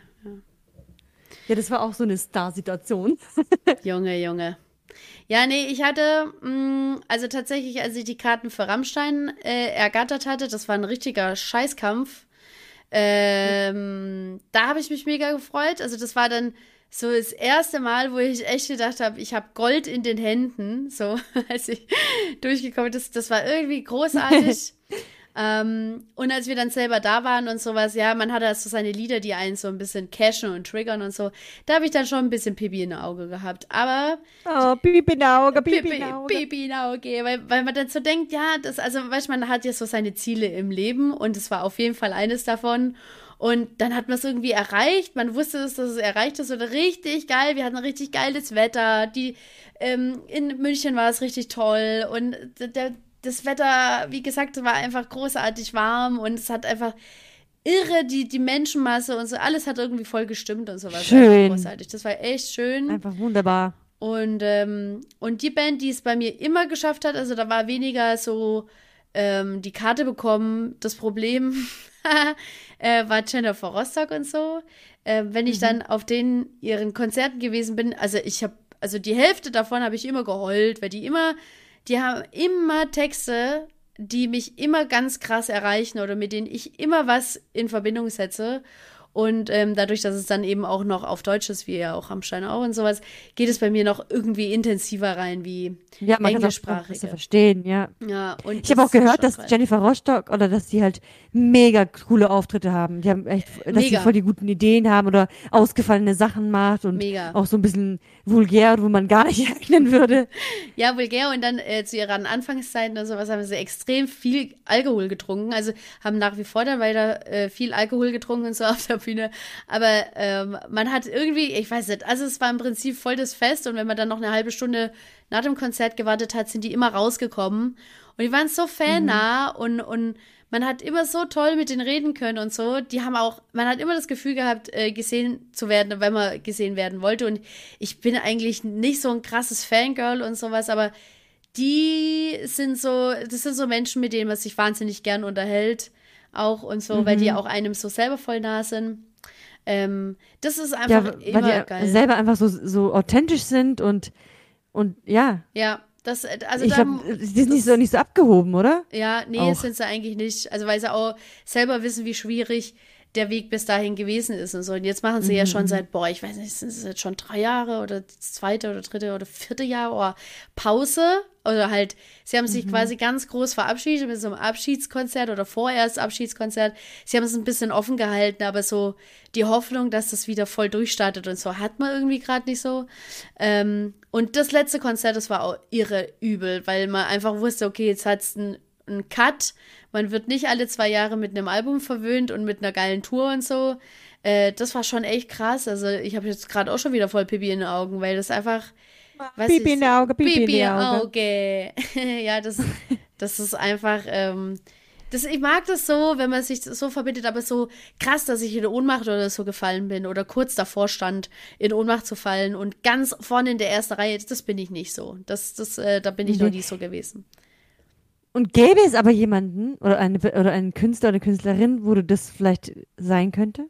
ja, das war auch so eine Star-Situation. Junge, Junge. Ja, nee, ich hatte, mh, also tatsächlich, als ich die Karten für Rammstein äh, ergattert hatte, das war ein richtiger Scheißkampf. Ähm, da habe ich mich mega gefreut. Also das war dann so das erste Mal, wo ich echt gedacht habe, ich habe Gold in den Händen, so als ich durchgekommen bin. Das, das war irgendwie großartig. ähm, und als wir dann selber da waren und sowas, ja, man hatte also seine Lieder, die einen so ein bisschen cashen und triggern und so. Da habe ich dann schon ein bisschen Pipi im Auge gehabt. Aber Oh, Pipi in Auge, Pipi Pipi, in Auge. Pipi in Auge, weil, weil man dann so denkt, ja, das, also, weißt du, man hat ja so seine Ziele im Leben und es war auf jeden Fall eines davon. Und dann hat man es irgendwie erreicht. Man wusste, dass es erreicht ist. Oder richtig geil. Wir hatten richtig geiles Wetter. Die, ähm, in München war es richtig toll. Und der, das Wetter, wie gesagt, war einfach großartig warm. Und es hat einfach irre, die, die Menschenmasse und so. Alles hat irgendwie voll gestimmt und sowas. Schön. Großartig. Das war echt schön. Einfach wunderbar. Und, ähm, und die Band, die es bei mir immer geschafft hat, also da war weniger so ähm, die Karte bekommen, das Problem äh, war Jennifer Rostock und so. Äh, wenn ich Mhm. dann auf den ihren Konzerten gewesen bin, also ich habe, also die Hälfte davon habe ich immer geheult, weil die immer, die haben immer Texte, die mich immer ganz krass erreichen oder mit denen ich immer was in Verbindung setze. Und ähm, dadurch, dass es dann eben auch noch auf Deutsch ist, wie ja auch Rammstein auch und sowas, geht es bei mir noch irgendwie intensiver rein wie Ja, man kann das auch englischsprachige. besser verstehen, ja. Ja, und Ich habe das auch gehört, ist schon dass geil. Jennifer Rostock oder dass die halt mega coole Auftritte haben. Die haben echt, dass Mega. sie voll die guten Ideen haben oder ausgefallene Sachen macht und Mega. auch so ein bisschen vulgär, wo man gar nicht rechnen würde. Ja, vulgär und dann äh, zu ihren Anfangszeiten und sowas haben sie extrem viel Alkohol getrunken. Also haben nach wie vor dann weiter äh, viel Alkohol getrunken und so auf der Bühne. Aber ähm, man hat irgendwie, ich weiß nicht, also es war im Prinzip voll das Fest und wenn man dann noch eine halbe Stunde nach dem Konzert gewartet hat, sind die immer rausgekommen. Und die waren so fannah und, und man hat immer so toll mit denen reden können und so. Die haben auch, man hat immer das Gefühl gehabt, äh, gesehen zu werden, wenn man gesehen werden wollte. Und ich bin eigentlich nicht so ein krasses Fangirl und sowas, aber die sind so, das sind so Menschen, mit denen man sich wahnsinnig gern unterhält. Auch und so, Mhm. weil die auch einem so selber voll nah sind. Ähm, das ist Ja, einfach weil immer die geil. selber einfach so, so authentisch sind und, und ja. Ja, das, also ich da, hab, die sind nicht so, nicht so abgehoben, oder? ja, nee, auch. sind sie eigentlich nicht. Also weil sie auch selber wissen, wie schwierig der Weg bis dahin gewesen ist und so. Und jetzt machen sie mhm. ja schon seit, boah, ich weiß nicht, sind es jetzt schon drei Jahre oder das zweite oder dritte oder vierte Jahr oder Pause oder halt, sie haben sich mhm. quasi ganz groß verabschiedet mit so einem Abschiedskonzert oder vorerst Abschiedskonzert. Sie haben es ein bisschen offen gehalten, aber so die Hoffnung, dass das wieder voll durchstartet und so, hat man irgendwie gerade nicht so. Ähm, und das letzte Konzert, das war auch irre übel, weil man einfach wusste, okay, jetzt hat es einen ein Cut, man wird nicht alle zwei Jahre mit einem Album verwöhnt und mit einer geilen Tour und so. Äh, das war schon echt krass. Also ich habe jetzt gerade auch schon wieder voll Pipi in den Augen, weil das einfach Pipi in den Augen, Pipi, Pipi in den Augen. Auge. Ja, das, das ist einfach, ähm, das, ich mag das so, wenn man sich so verbindet, aber so krass, dass ich in Ohnmacht oder so gefallen bin oder kurz davor stand, in Ohnmacht zu fallen und ganz vorne in der ersten Reihe, das bin ich nicht so. Das, das, äh, da bin ich Mhm. noch nie so gewesen. Und gäbe es aber jemanden oder, eine, oder einen Künstler oder eine Künstlerin, wo du das vielleicht sein könnte,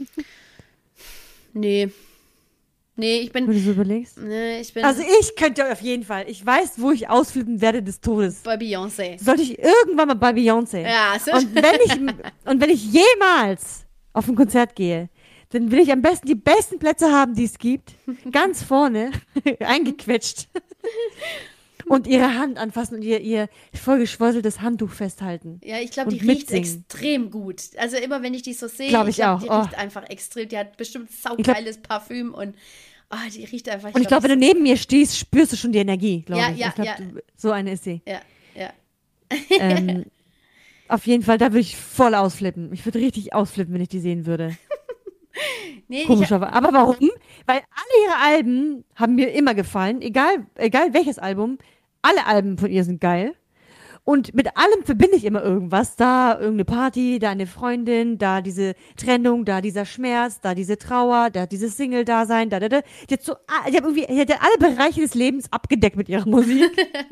Nee. Nee, ich bin. wenn du so überlegst? Nee, ich bin Also ich könnte auf jeden Fall. Ich weiß, wo ich ausflippen werde des Todes. bei Beyoncé. Sollte ich irgendwann mal bei Beyoncé. Ja, so. Und wenn ich und wenn ich jemals auf ein Konzert gehe, dann will ich am besten die besten Plätze haben, die es gibt. Ganz vorne, eingequetscht. Und ihre Hand anfassen und ihr, ihr vollgeschwäuseltes Handtuch festhalten. Ja, ich glaube, die und riecht mitsingen. extrem gut. Also immer, wenn ich die so sehe, Glaub ich glaub, auch. die Oh. riecht einfach extrem. Die hat bestimmt saugeiles Parfüm und oh, die riecht einfach. Und ich glaube, wenn du neben mir stehst, spürst du schon die Energie, glaube Ja, ich. ja, ich glaub, ja. du, so eine ist sie. Ja, ja. ähm, auf jeden Fall, da würde ich voll ausflippen. Ich würde richtig ausflippen, wenn ich die sehen würde. Nee, ich, Komisch, aber, aber warum? Weil alle ihre Alben haben mir immer gefallen, egal, egal welches Album. Alle Alben von ihr sind geil. Und mit allem verbinde ich immer irgendwas. Da irgendeine Party, da eine Freundin, da diese Trennung, da dieser Schmerz, da diese Trauer, da dieses Single-Dasein, da, da, da. Die hat so, ah, die hat irgendwie, die hat ja alle Bereiche des Lebens abgedeckt mit ihrer Musik.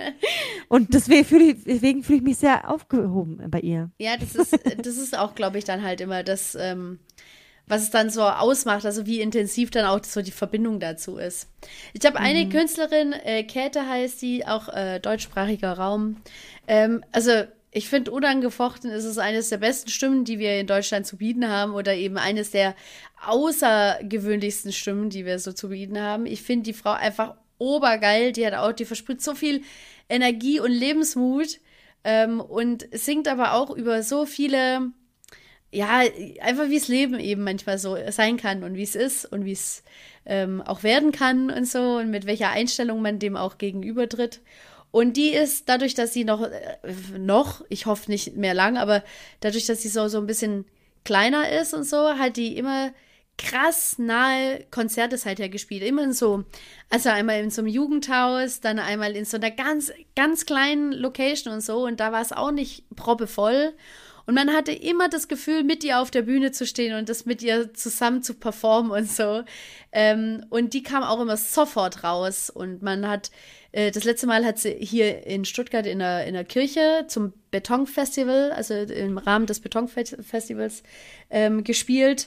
Und deswegen fühle ich, deswegen fühle ich mich sehr aufgehoben bei ihr. ja, das ist, das ist auch, glaube ich, dann halt immer das, ähm, was es dann so ausmacht, also wie intensiv dann auch so die Verbindung dazu ist. Ich habe eine Künstlerin, äh, Käthe heißt die, auch äh, deutschsprachiger Raum. Ähm, also ich finde, unangefochten ist es eines der besten Stimmen, die wir in Deutschland zu bieten haben oder eben eines der außergewöhnlichsten Stimmen, die wir so zu bieten haben. Ich finde die Frau einfach obergeil, die hat auch, die versprüht so viel Energie und Lebensmut ähm, und singt aber auch über so viele ja, einfach wie es Leben eben manchmal so sein kann und wie es ist und wie es ähm, auch werden kann und so und mit welcher Einstellung man dem auch gegenübertritt. Und die ist dadurch, dass sie noch, äh, noch, ich hoffe nicht mehr lang, aber dadurch, dass sie so, so ein bisschen kleiner ist und so, hat die immer krass nahe Konzerte seither gespielt. Immer in so, also einmal in so einem Jugendhaus, dann einmal in so einer ganz, ganz kleinen Location und so und da war es auch nicht proppevoll. Und man hatte immer das Gefühl, mit ihr auf der Bühne zu stehen und das mit ihr zusammen zu performen und so. Ähm, und die kam auch immer sofort raus. Und man hat, äh, das letzte Mal hat sie hier in Stuttgart in der, in der Kirche zum Betonfestival, also im Rahmen des Betonfestivals, ähm, gespielt.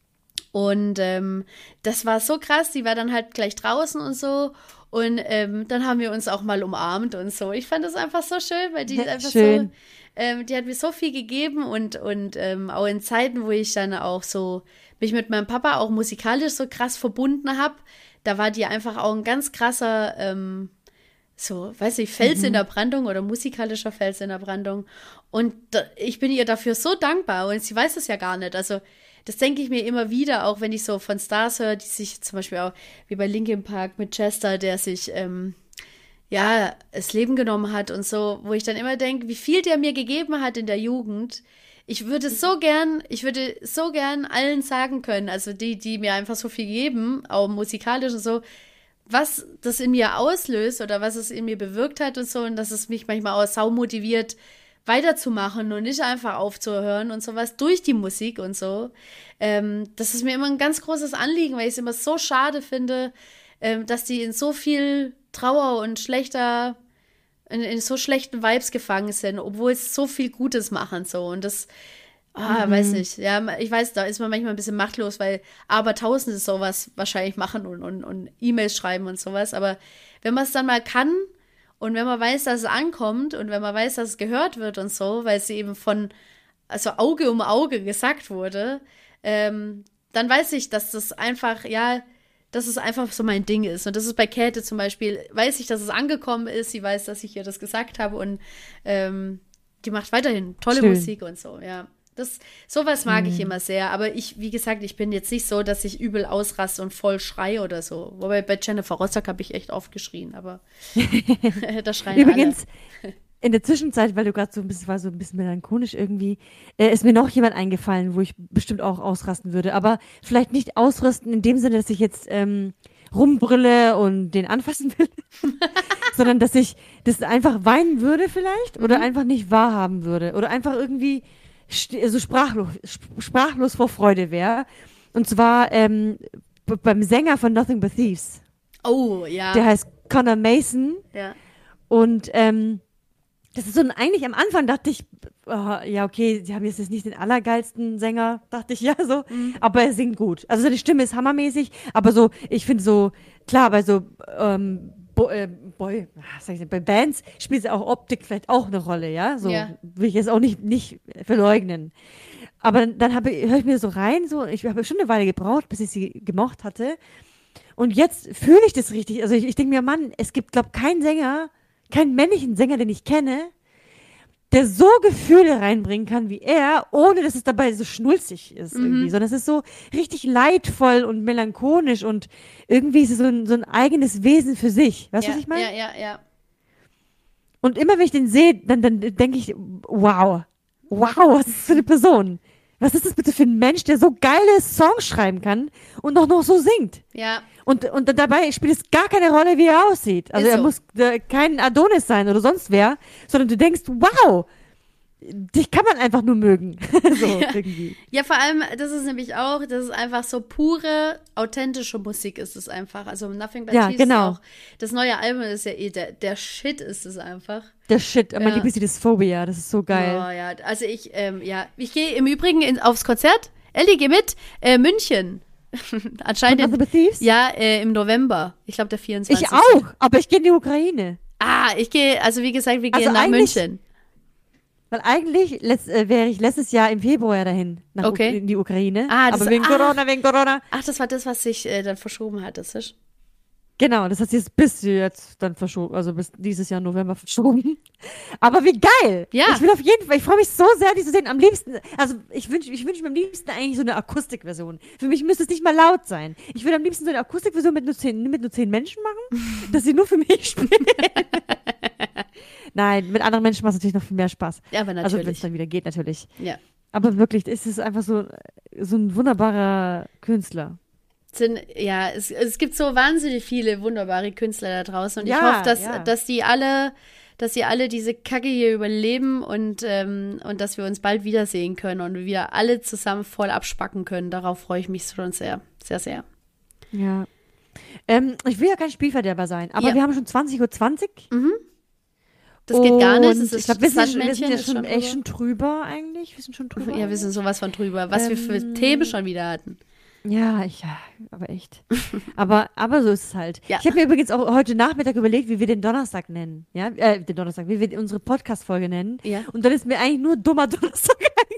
Und ähm, das war so krass, die war dann halt gleich draußen und so. Und ähm, dann haben wir uns auch mal umarmt und so. Ich fand das einfach so schön, weil die ist einfach Schön. so, ähm, die hat mir so viel gegeben und, und ähm, auch in Zeiten, wo ich dann auch so mich mit meinem Papa auch musikalisch so krass verbunden habe, da war die einfach auch ein ganz krasser, ähm, so, weiß ich, Fels Mhm. in der Brandung oder musikalischer Fels in der Brandung. Und da, ich bin ihr dafür so dankbar und sie weiß es ja gar nicht. Also das denke ich mir immer wieder, auch wenn ich so von Stars höre, die sich zum Beispiel auch, wie bei Linkin Park mit Chester, der sich, ähm, ja, das Leben genommen hat und so, wo ich dann immer denke, wie viel der mir gegeben hat in der Jugend. Ich würde so gern, ich würde so gern allen sagen können, also die, die mir einfach so viel geben, auch musikalisch und so, was das in mir auslöst oder was es in mir bewirkt hat und so und dass es mich manchmal auch sau motiviert, weiterzumachen und nicht einfach aufzuhören und sowas durch die Musik und so. Ähm, das ist mir immer ein ganz großes Anliegen, weil ich es immer so schade finde, ähm, dass die in so viel Trauer und schlechter, in, in so schlechten Vibes gefangen sind, obwohl es so viel Gutes machen so und das, ah, Mhm. weiß nicht, ja, ich weiß, da ist man manchmal ein bisschen machtlos, weil aber Tausende sowas wahrscheinlich machen und, und, und E-Mails schreiben und sowas, aber wenn man es dann mal kann und wenn man weiß, dass es ankommt und wenn man weiß, dass es gehört wird und so, weil es eben von, also Auge um Auge gesagt wurde, ähm, dann weiß ich, dass das einfach, ja, dass es einfach so mein Ding ist. Und das ist bei Käthe zum Beispiel, weiß ich, dass es angekommen ist, sie weiß, dass ich ihr das gesagt habe und ähm, die macht weiterhin tolle Schön. Musik und so, ja. Das, sowas mag Mhm. ich immer sehr, aber ich, wie gesagt, ich bin jetzt nicht so, dass ich übel ausraste und voll schreie oder so. Wobei bei Jennifer Rostock habe ich echt oft geschrien, aber da schreien Übrigens, in der Zwischenzeit, weil du gerade so ein bisschen, war so ein bisschen melancholisch irgendwie, äh, ist mir noch jemand eingefallen, wo ich bestimmt auch ausrasten würde. Aber vielleicht nicht ausrasten in dem Sinne, dass ich jetzt ähm, rumbrülle und den anfassen will, sondern dass ich das einfach weinen würde vielleicht oder Mhm. einfach nicht wahrhaben würde oder einfach irgendwie st- so sprachlos, sp- sprachlos vor Freude wäre. Und zwar ähm, b- beim Sänger von Nothing But Thieves. alle. Oh, ja. Der heißt Connor Mason. ja. Und ähm, das ist so ein, eigentlich am Anfang dachte ich, oh, ja, okay, sie haben jetzt nicht den allergeilsten Sänger, dachte ich ja so, Mhm. aber er singt gut. Also seine Stimme ist hammermäßig, aber so, ich finde so, klar, bei so, ähm, Bo äh, Boy, was sag ich denn, bei Bands spielt auch Optik vielleicht auch eine Rolle, ja, so Ja. will ich jetzt auch nicht, nicht verleugnen. Aber dann habe höre ich mir so rein, so, ich habe schon eine Weile gebraucht, bis ich sie gemocht hatte. Und jetzt fühle ich das richtig. Also ich, ich denke mir, Mann, es gibt, glaube ich, keinen Sänger, keinen männlichen Sänger, den ich kenne, der so Gefühle reinbringen kann wie er, ohne dass es dabei so schnulzig ist Mhm. irgendwie. Sondern es ist so richtig leidvoll und melancholisch und irgendwie ist es so ein, so ein eigenes Wesen für sich. Weißt du, ja, was ich meine? Ja, ja, ja. Und immer wenn ich den sehe, dann, dann denke ich, wow, wow, was ist das für eine Person? Was ist das bitte für ein Mensch, der so geile Songs schreiben kann und auch noch so singt? Ja, Und, und dabei spielt es gar keine Rolle, wie er aussieht. Also Ist er so. muss äh, kein Adonis sein oder sonst wer, sondern du denkst, wow, dich kann man einfach nur mögen. so irgendwie. Ja, vor allem, das ist nämlich auch, das ist einfach so pure, authentische Musik ist es einfach. Also Nothing But Ja, Thieves ist genau. ja auch, das neue Album ist ja eh, der, der Shit ist es einfach. Der Shit, mein Ja. Lieblingslied ist Phobia, das ist so geil. Oh ja, also ich, ähm, ja, ich gehe im Übrigen in, aufs Konzert. Elli, geh mit. Äh, München. Und Anscheinend, Nothing But Thieves? ja, äh, im November. Ich glaube, der vierundzwanzigste Ich auch, aber ich gehe in die Ukraine. Ah, ich gehe, also wie gesagt, wir gehen Also nach eigentlich- München. Weil eigentlich letzt, äh, wäre ich letztes Jahr im Februar dahin, nach Okay. U in die Ukraine. Ah, das- aber wegen ah. Corona, wegen Corona. Ach, das war das, was sich äh, dann verschoben hat, das ist. Genau, das hat sich jetzt bis jetzt dann verschoben, also bis dieses Jahr November verschoben. Aber wie geil! Ja. Ich will auf jeden Fall, ich freue mich so sehr, die zu sehen. Am liebsten, also ich wünsche ich wünsch mir am liebsten eigentlich so eine Akustikversion. Für mich müsste es nicht mal laut sein. Ich würde am liebsten so eine Akustikversion mit nur zehn, mit nur zehn Menschen machen, dass sie nur für mich spielen. Nein, mit anderen Menschen macht es natürlich noch viel mehr Spaß. Ja, aber Also wenn es natürlich. dann wieder geht, natürlich. ja. Aber wirklich, es ist einfach so, so ein wunderbarer Künstler. Sind, ja, es, es gibt so wahnsinnig viele wunderbare Künstler da draußen und ich Ja, hoffe, dass, ja. dass die alle, dass sie alle diese Kacke hier überleben und, ähm, und dass wir uns bald wiedersehen können und wir alle zusammen voll abspacken können. Darauf freue ich mich schon sehr, sehr, sehr. Ja. Ähm, ich will ja kein Spielverderber sein, aber Ja. wir haben schon zwanzig Uhr zwanzig. Das geht gar nicht. Und Das ist ich glaube, wir, sind schon- wir Sandmännchen sind ja ist schon echt drüber. schon drüber eigentlich. Wir sind schon drüber. Ja, wir sind sowas von drüber. Was wir für Ähm, Themen schon wieder hatten. Ja, ich, ja, aber echt. aber, aber so ist es halt. Ja. Ich habe mir übrigens auch heute Nachmittag überlegt, wie wir den Donnerstag nennen. Ja, äh, den Donnerstag, wie wir unsere Podcast-Folge nennen. Ja. Und dann ist mir eigentlich nur dummer Donnerstag.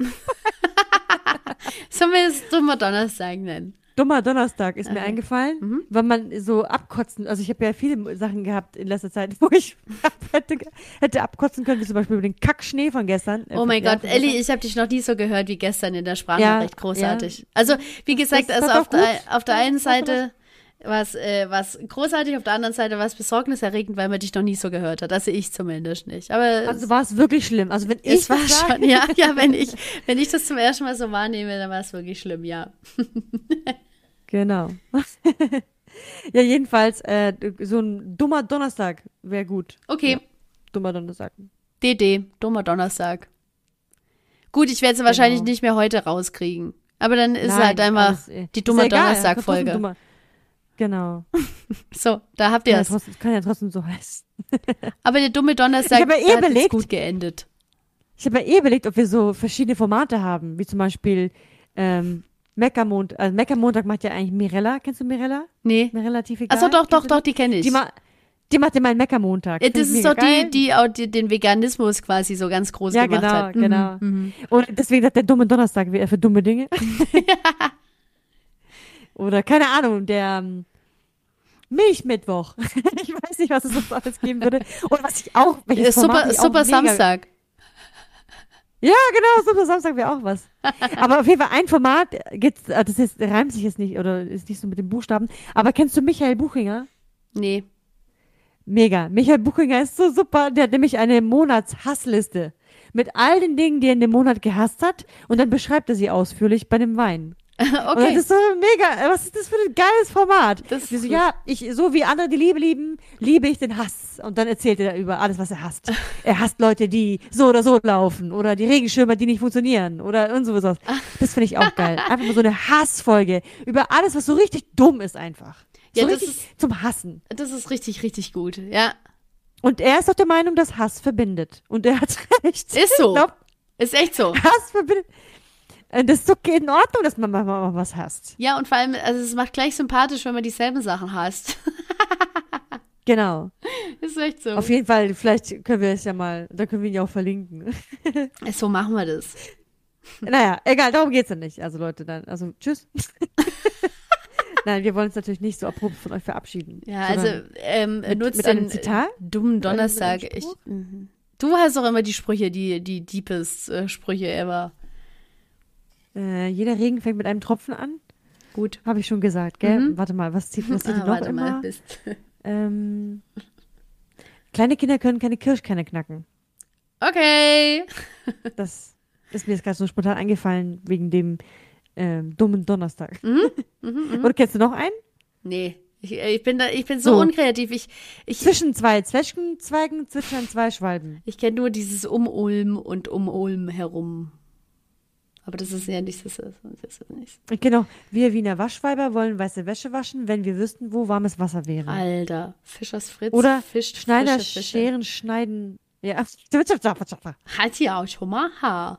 Sollen wir es dummer Donnerstag nennen? Dummer Donnerstag ist mir Okay. eingefallen, Mhm. weil man so abkotzen, also ich habe ja viele Sachen gehabt in letzter Zeit, wo ich hätte, hätte abkotzen können, wie zum Beispiel über den Kackschnee von gestern. äh, Oh mein ja, Gott, von Elli, gestern. ich habe dich noch nie so gehört wie gestern in der Sprachnachricht. Ja, Großartig. Also, wie gesagt, Das also war auf doch der, gut. auf der Ja, einen das war Seite war es äh, war's großartig, auf der anderen Seite war es besorgniserregend, weil man dich noch nie so gehört hat. Also ich zumindest nicht. Aber Also war es wirklich schlimm. Also wenn es, ich es war das sage, schon, ja, ja, wenn ich, wenn ich das zum ersten Mal so wahrnehme, dann war es wirklich schlimm, ja. Genau. ja, jedenfalls, äh, so ein dummer Donnerstag wäre gut. Okay, Ja, dummer Donnerstag. D D, dummer Donnerstag. Gut, ich werde es wahrscheinlich Genau. nicht mehr heute rauskriegen. Aber dann ist Nein, halt einfach alles, äh, die ist dumme ja egal, Donnerstag-Folge. kann trotzdem dummer- Genau. So, da habt ihr Kann ja, es. trotzdem, kann ja trotzdem so heißen. Aber der dumme Donnerstag Ich hab ja eh hat jetzt überlegt. gut geendet. Ich habe ja eh überlegt, ob wir so verschiedene Formate haben, wie zum Beispiel ähm, Meckermontag. Also Meckermontag macht ja eigentlich Mirella. Kennst du Mirella? Nee. Mirella tief egal. Achso, doch, doch, Kennst du doch, die? die kenne ich. Die, ma Die macht immer einen Meckermontag. Ja, das Finde ich ist doch mega die, geil. die auch die, den Veganismus quasi so ganz groß Ja, gemacht genau, hat. Mhm, genau. mhm. Und deswegen hat der dumme Donnerstag wieder für dumme Dinge. Oder keine Ahnung, der ähm, Milchmittwoch. Ich weiß nicht, was es sonst alles geben würde. Oder was ich auch, Äh, welches Format Super, ich auch Super mega, Samstag. Ja, genau, Super Samstag wäre auch was. Aber auf jeden Fall ein Format, geht's, äh, das ist, reimt sich jetzt nicht oder ist nicht so mit den Buchstaben. Aber kennst du Michael Buchinger? Nee. Mega. Michael Buchinger ist so super. Der hat nämlich eine Monatshassliste mit all den Dingen, die er in dem Monat gehasst hat. Und dann beschreibt er sie ausführlich bei dem Wein. Und das Okay. ist so mega. Was ist das für ein geiles Format? Das Die ist so, gut. ja, ich, so wie andere die Liebe lieben, liebe ich den Hass. Und dann erzählt er über alles, was er hasst. Er hasst Leute, die so oder so laufen. Oder die Regenschirme, die nicht funktionieren. Oder und sowas. Das finde ich auch geil. Einfach mal so eine Hassfolge über alles, was so richtig dumm ist einfach. So Ja, das richtig ist- zum Hassen. Das ist richtig, richtig gut. Ja. Und er ist doch der Meinung, dass Hass verbindet. Und er hat recht. Ist so. Ich glaub, Ist echt so. Hass verbindet. Äh, Das ist doch in Ordnung, dass man manchmal mal was hasst. Ja, und vor allem, also es macht gleich sympathisch, wenn man dieselben Sachen hasst. Genau. Ist echt so. Auf jeden Fall, vielleicht können wir es ja mal, da können wir ihn ja auch verlinken. So machen wir das. Naja, egal, darum geht's ja nicht. Also Leute, dann, also tschüss. Nein, wir wollen uns natürlich nicht so abrupt von euch verabschieden. Ja, also sondern ähm, mit, nutzt mit den einem Zitat. äh, dummen Donnerstag. Mit einem Ich, Spruch? mhm. Du hast doch immer die Sprüche, die, die deepest äh, Sprüche ever. Äh, jeder Regen fängt mit einem Tropfen an. Gut. Habe ich schon gesagt, gell? Mhm. Warte mal, was zieht, was zieht Ah, noch warte immer? mal. Bist. Ähm, kleine Kinder können keine Kirschkerne knacken. Okay. Das ist mir jetzt gerade so spontan eingefallen wegen dem ähm, dummen Donnerstag. Mhm, mhm. Oder kennst du noch einen? Nee. Ich, ich, bin da, ich bin so, So. unkreativ. Ich, ich, Zwischen zwei Zwetschgenzweigen zwitschern zwei Schwalben. ich kenne nur dieses um Ulm und um Ulm herum. Aber das ist ja nicht das. Ist, das ist nicht. Genau. Wir Wiener Waschweiber wollen weiße Wäsche waschen, wenn wir wüssten, wo warmes Wasser wäre. Alter. Fischers Fritz Oder fischt Schneider frische Fische. scheren, schneiden. Ja, Hat ja auch schon mal Haar.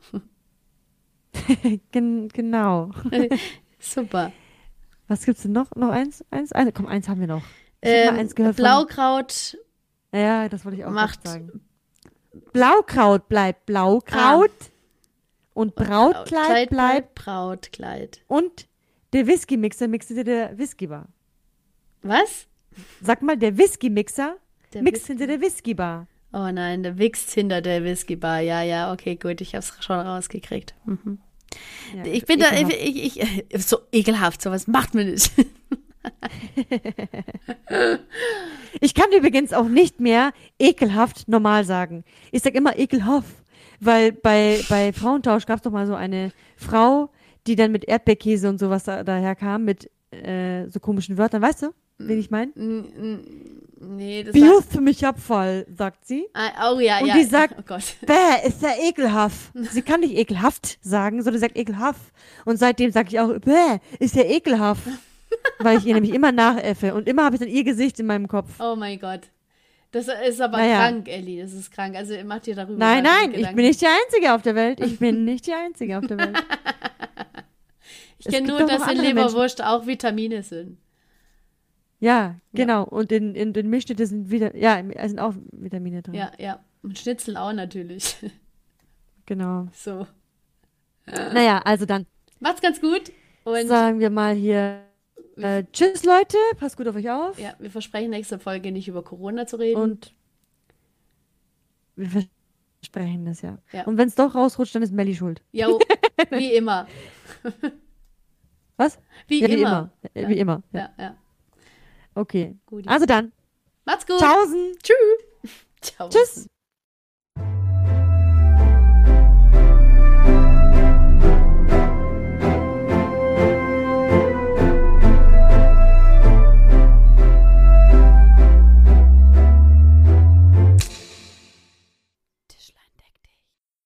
Gen genau. Super. Was gibt's denn noch? Noch eins? Eins? eins? Komm, eins haben wir noch. Ich hab Ähm, mal eins gehört von- Blaukraut Ja, das wollte ich auch macht gerade sagen. Blaukraut bleibt Blaukraut und Brautkleid bleibt Brautkleid. und der Whisky-Mixer mixt hinter der Whisky-Bar. Was? Sag mal, der Whisky-Mixer Der mixt Whisky- hinter der Whisky-Bar. Oh nein, der wichst hinter der Whiskybar. Ja, ja, okay, gut, ich hab's schon rausgekriegt. Mhm. Ja, Ich bin da, ekelhaft. ich, ich, ich, so ekelhaft, sowas macht man nicht. Ich kann übrigens auch nicht mehr ekelhaft normal sagen. Ich sag immer ekelhaft, weil bei, bei Frauentausch gab es doch mal so eine Frau, die dann mit Erdbeerkäse und sowas da, daherkam, mit äh, so komischen Wörtern. Weißt du, wen ich meine? Nee, das Bier war, ist für mich Abfall, sagt sie. ah, oh ja, Und ja. die sagt- oh Gott. Bäh, ist ja ekelhaft. Sie kann nicht ekelhaft sagen, sondern sagt ekelhaft. Und seitdem sage ich auch, bäh, ist ja ekelhaft. Weil ich ihr nämlich immer nachäffe. Und immer habe ich dann ihr Gesicht in meinem Kopf. Oh mein Gott. Das ist aber Naja. krank, Ellie. Das ist krank. Also macht dir darüber Nein, gar keine nein, ich Gedanken. bin nicht die Einzige auf der Welt. Ich bin nicht die Einzige auf der Welt. Ich Es kenne gibt nur, doch noch dass in andere Leberwurst auch Vitamine sind. Ja, genau. Und in, in den Milchschnitte sind wieder, ja, es sind auch Vitamine drin. Ja, ja. Und Schnitzel auch natürlich. Genau. So. Naja, also dann Macht's ganz gut. Und sagen wir mal hier äh, tschüss, Leute. Passt gut auf euch auf. ja, wir versprechen nächste Folge nicht über Corona zu reden. Und wir versprechen das, ja. Ja. Und wenn es doch rausrutscht, dann ist Melli schuld. Jo, wie immer. Was? Wie ja, wie immer. immer. Äh, Ja. Wie immer. Ja. Ja, ja. Okay. Gut. Also dann. Macht's gut. Tschaußen. Tschüss. Ciao. Tschüss.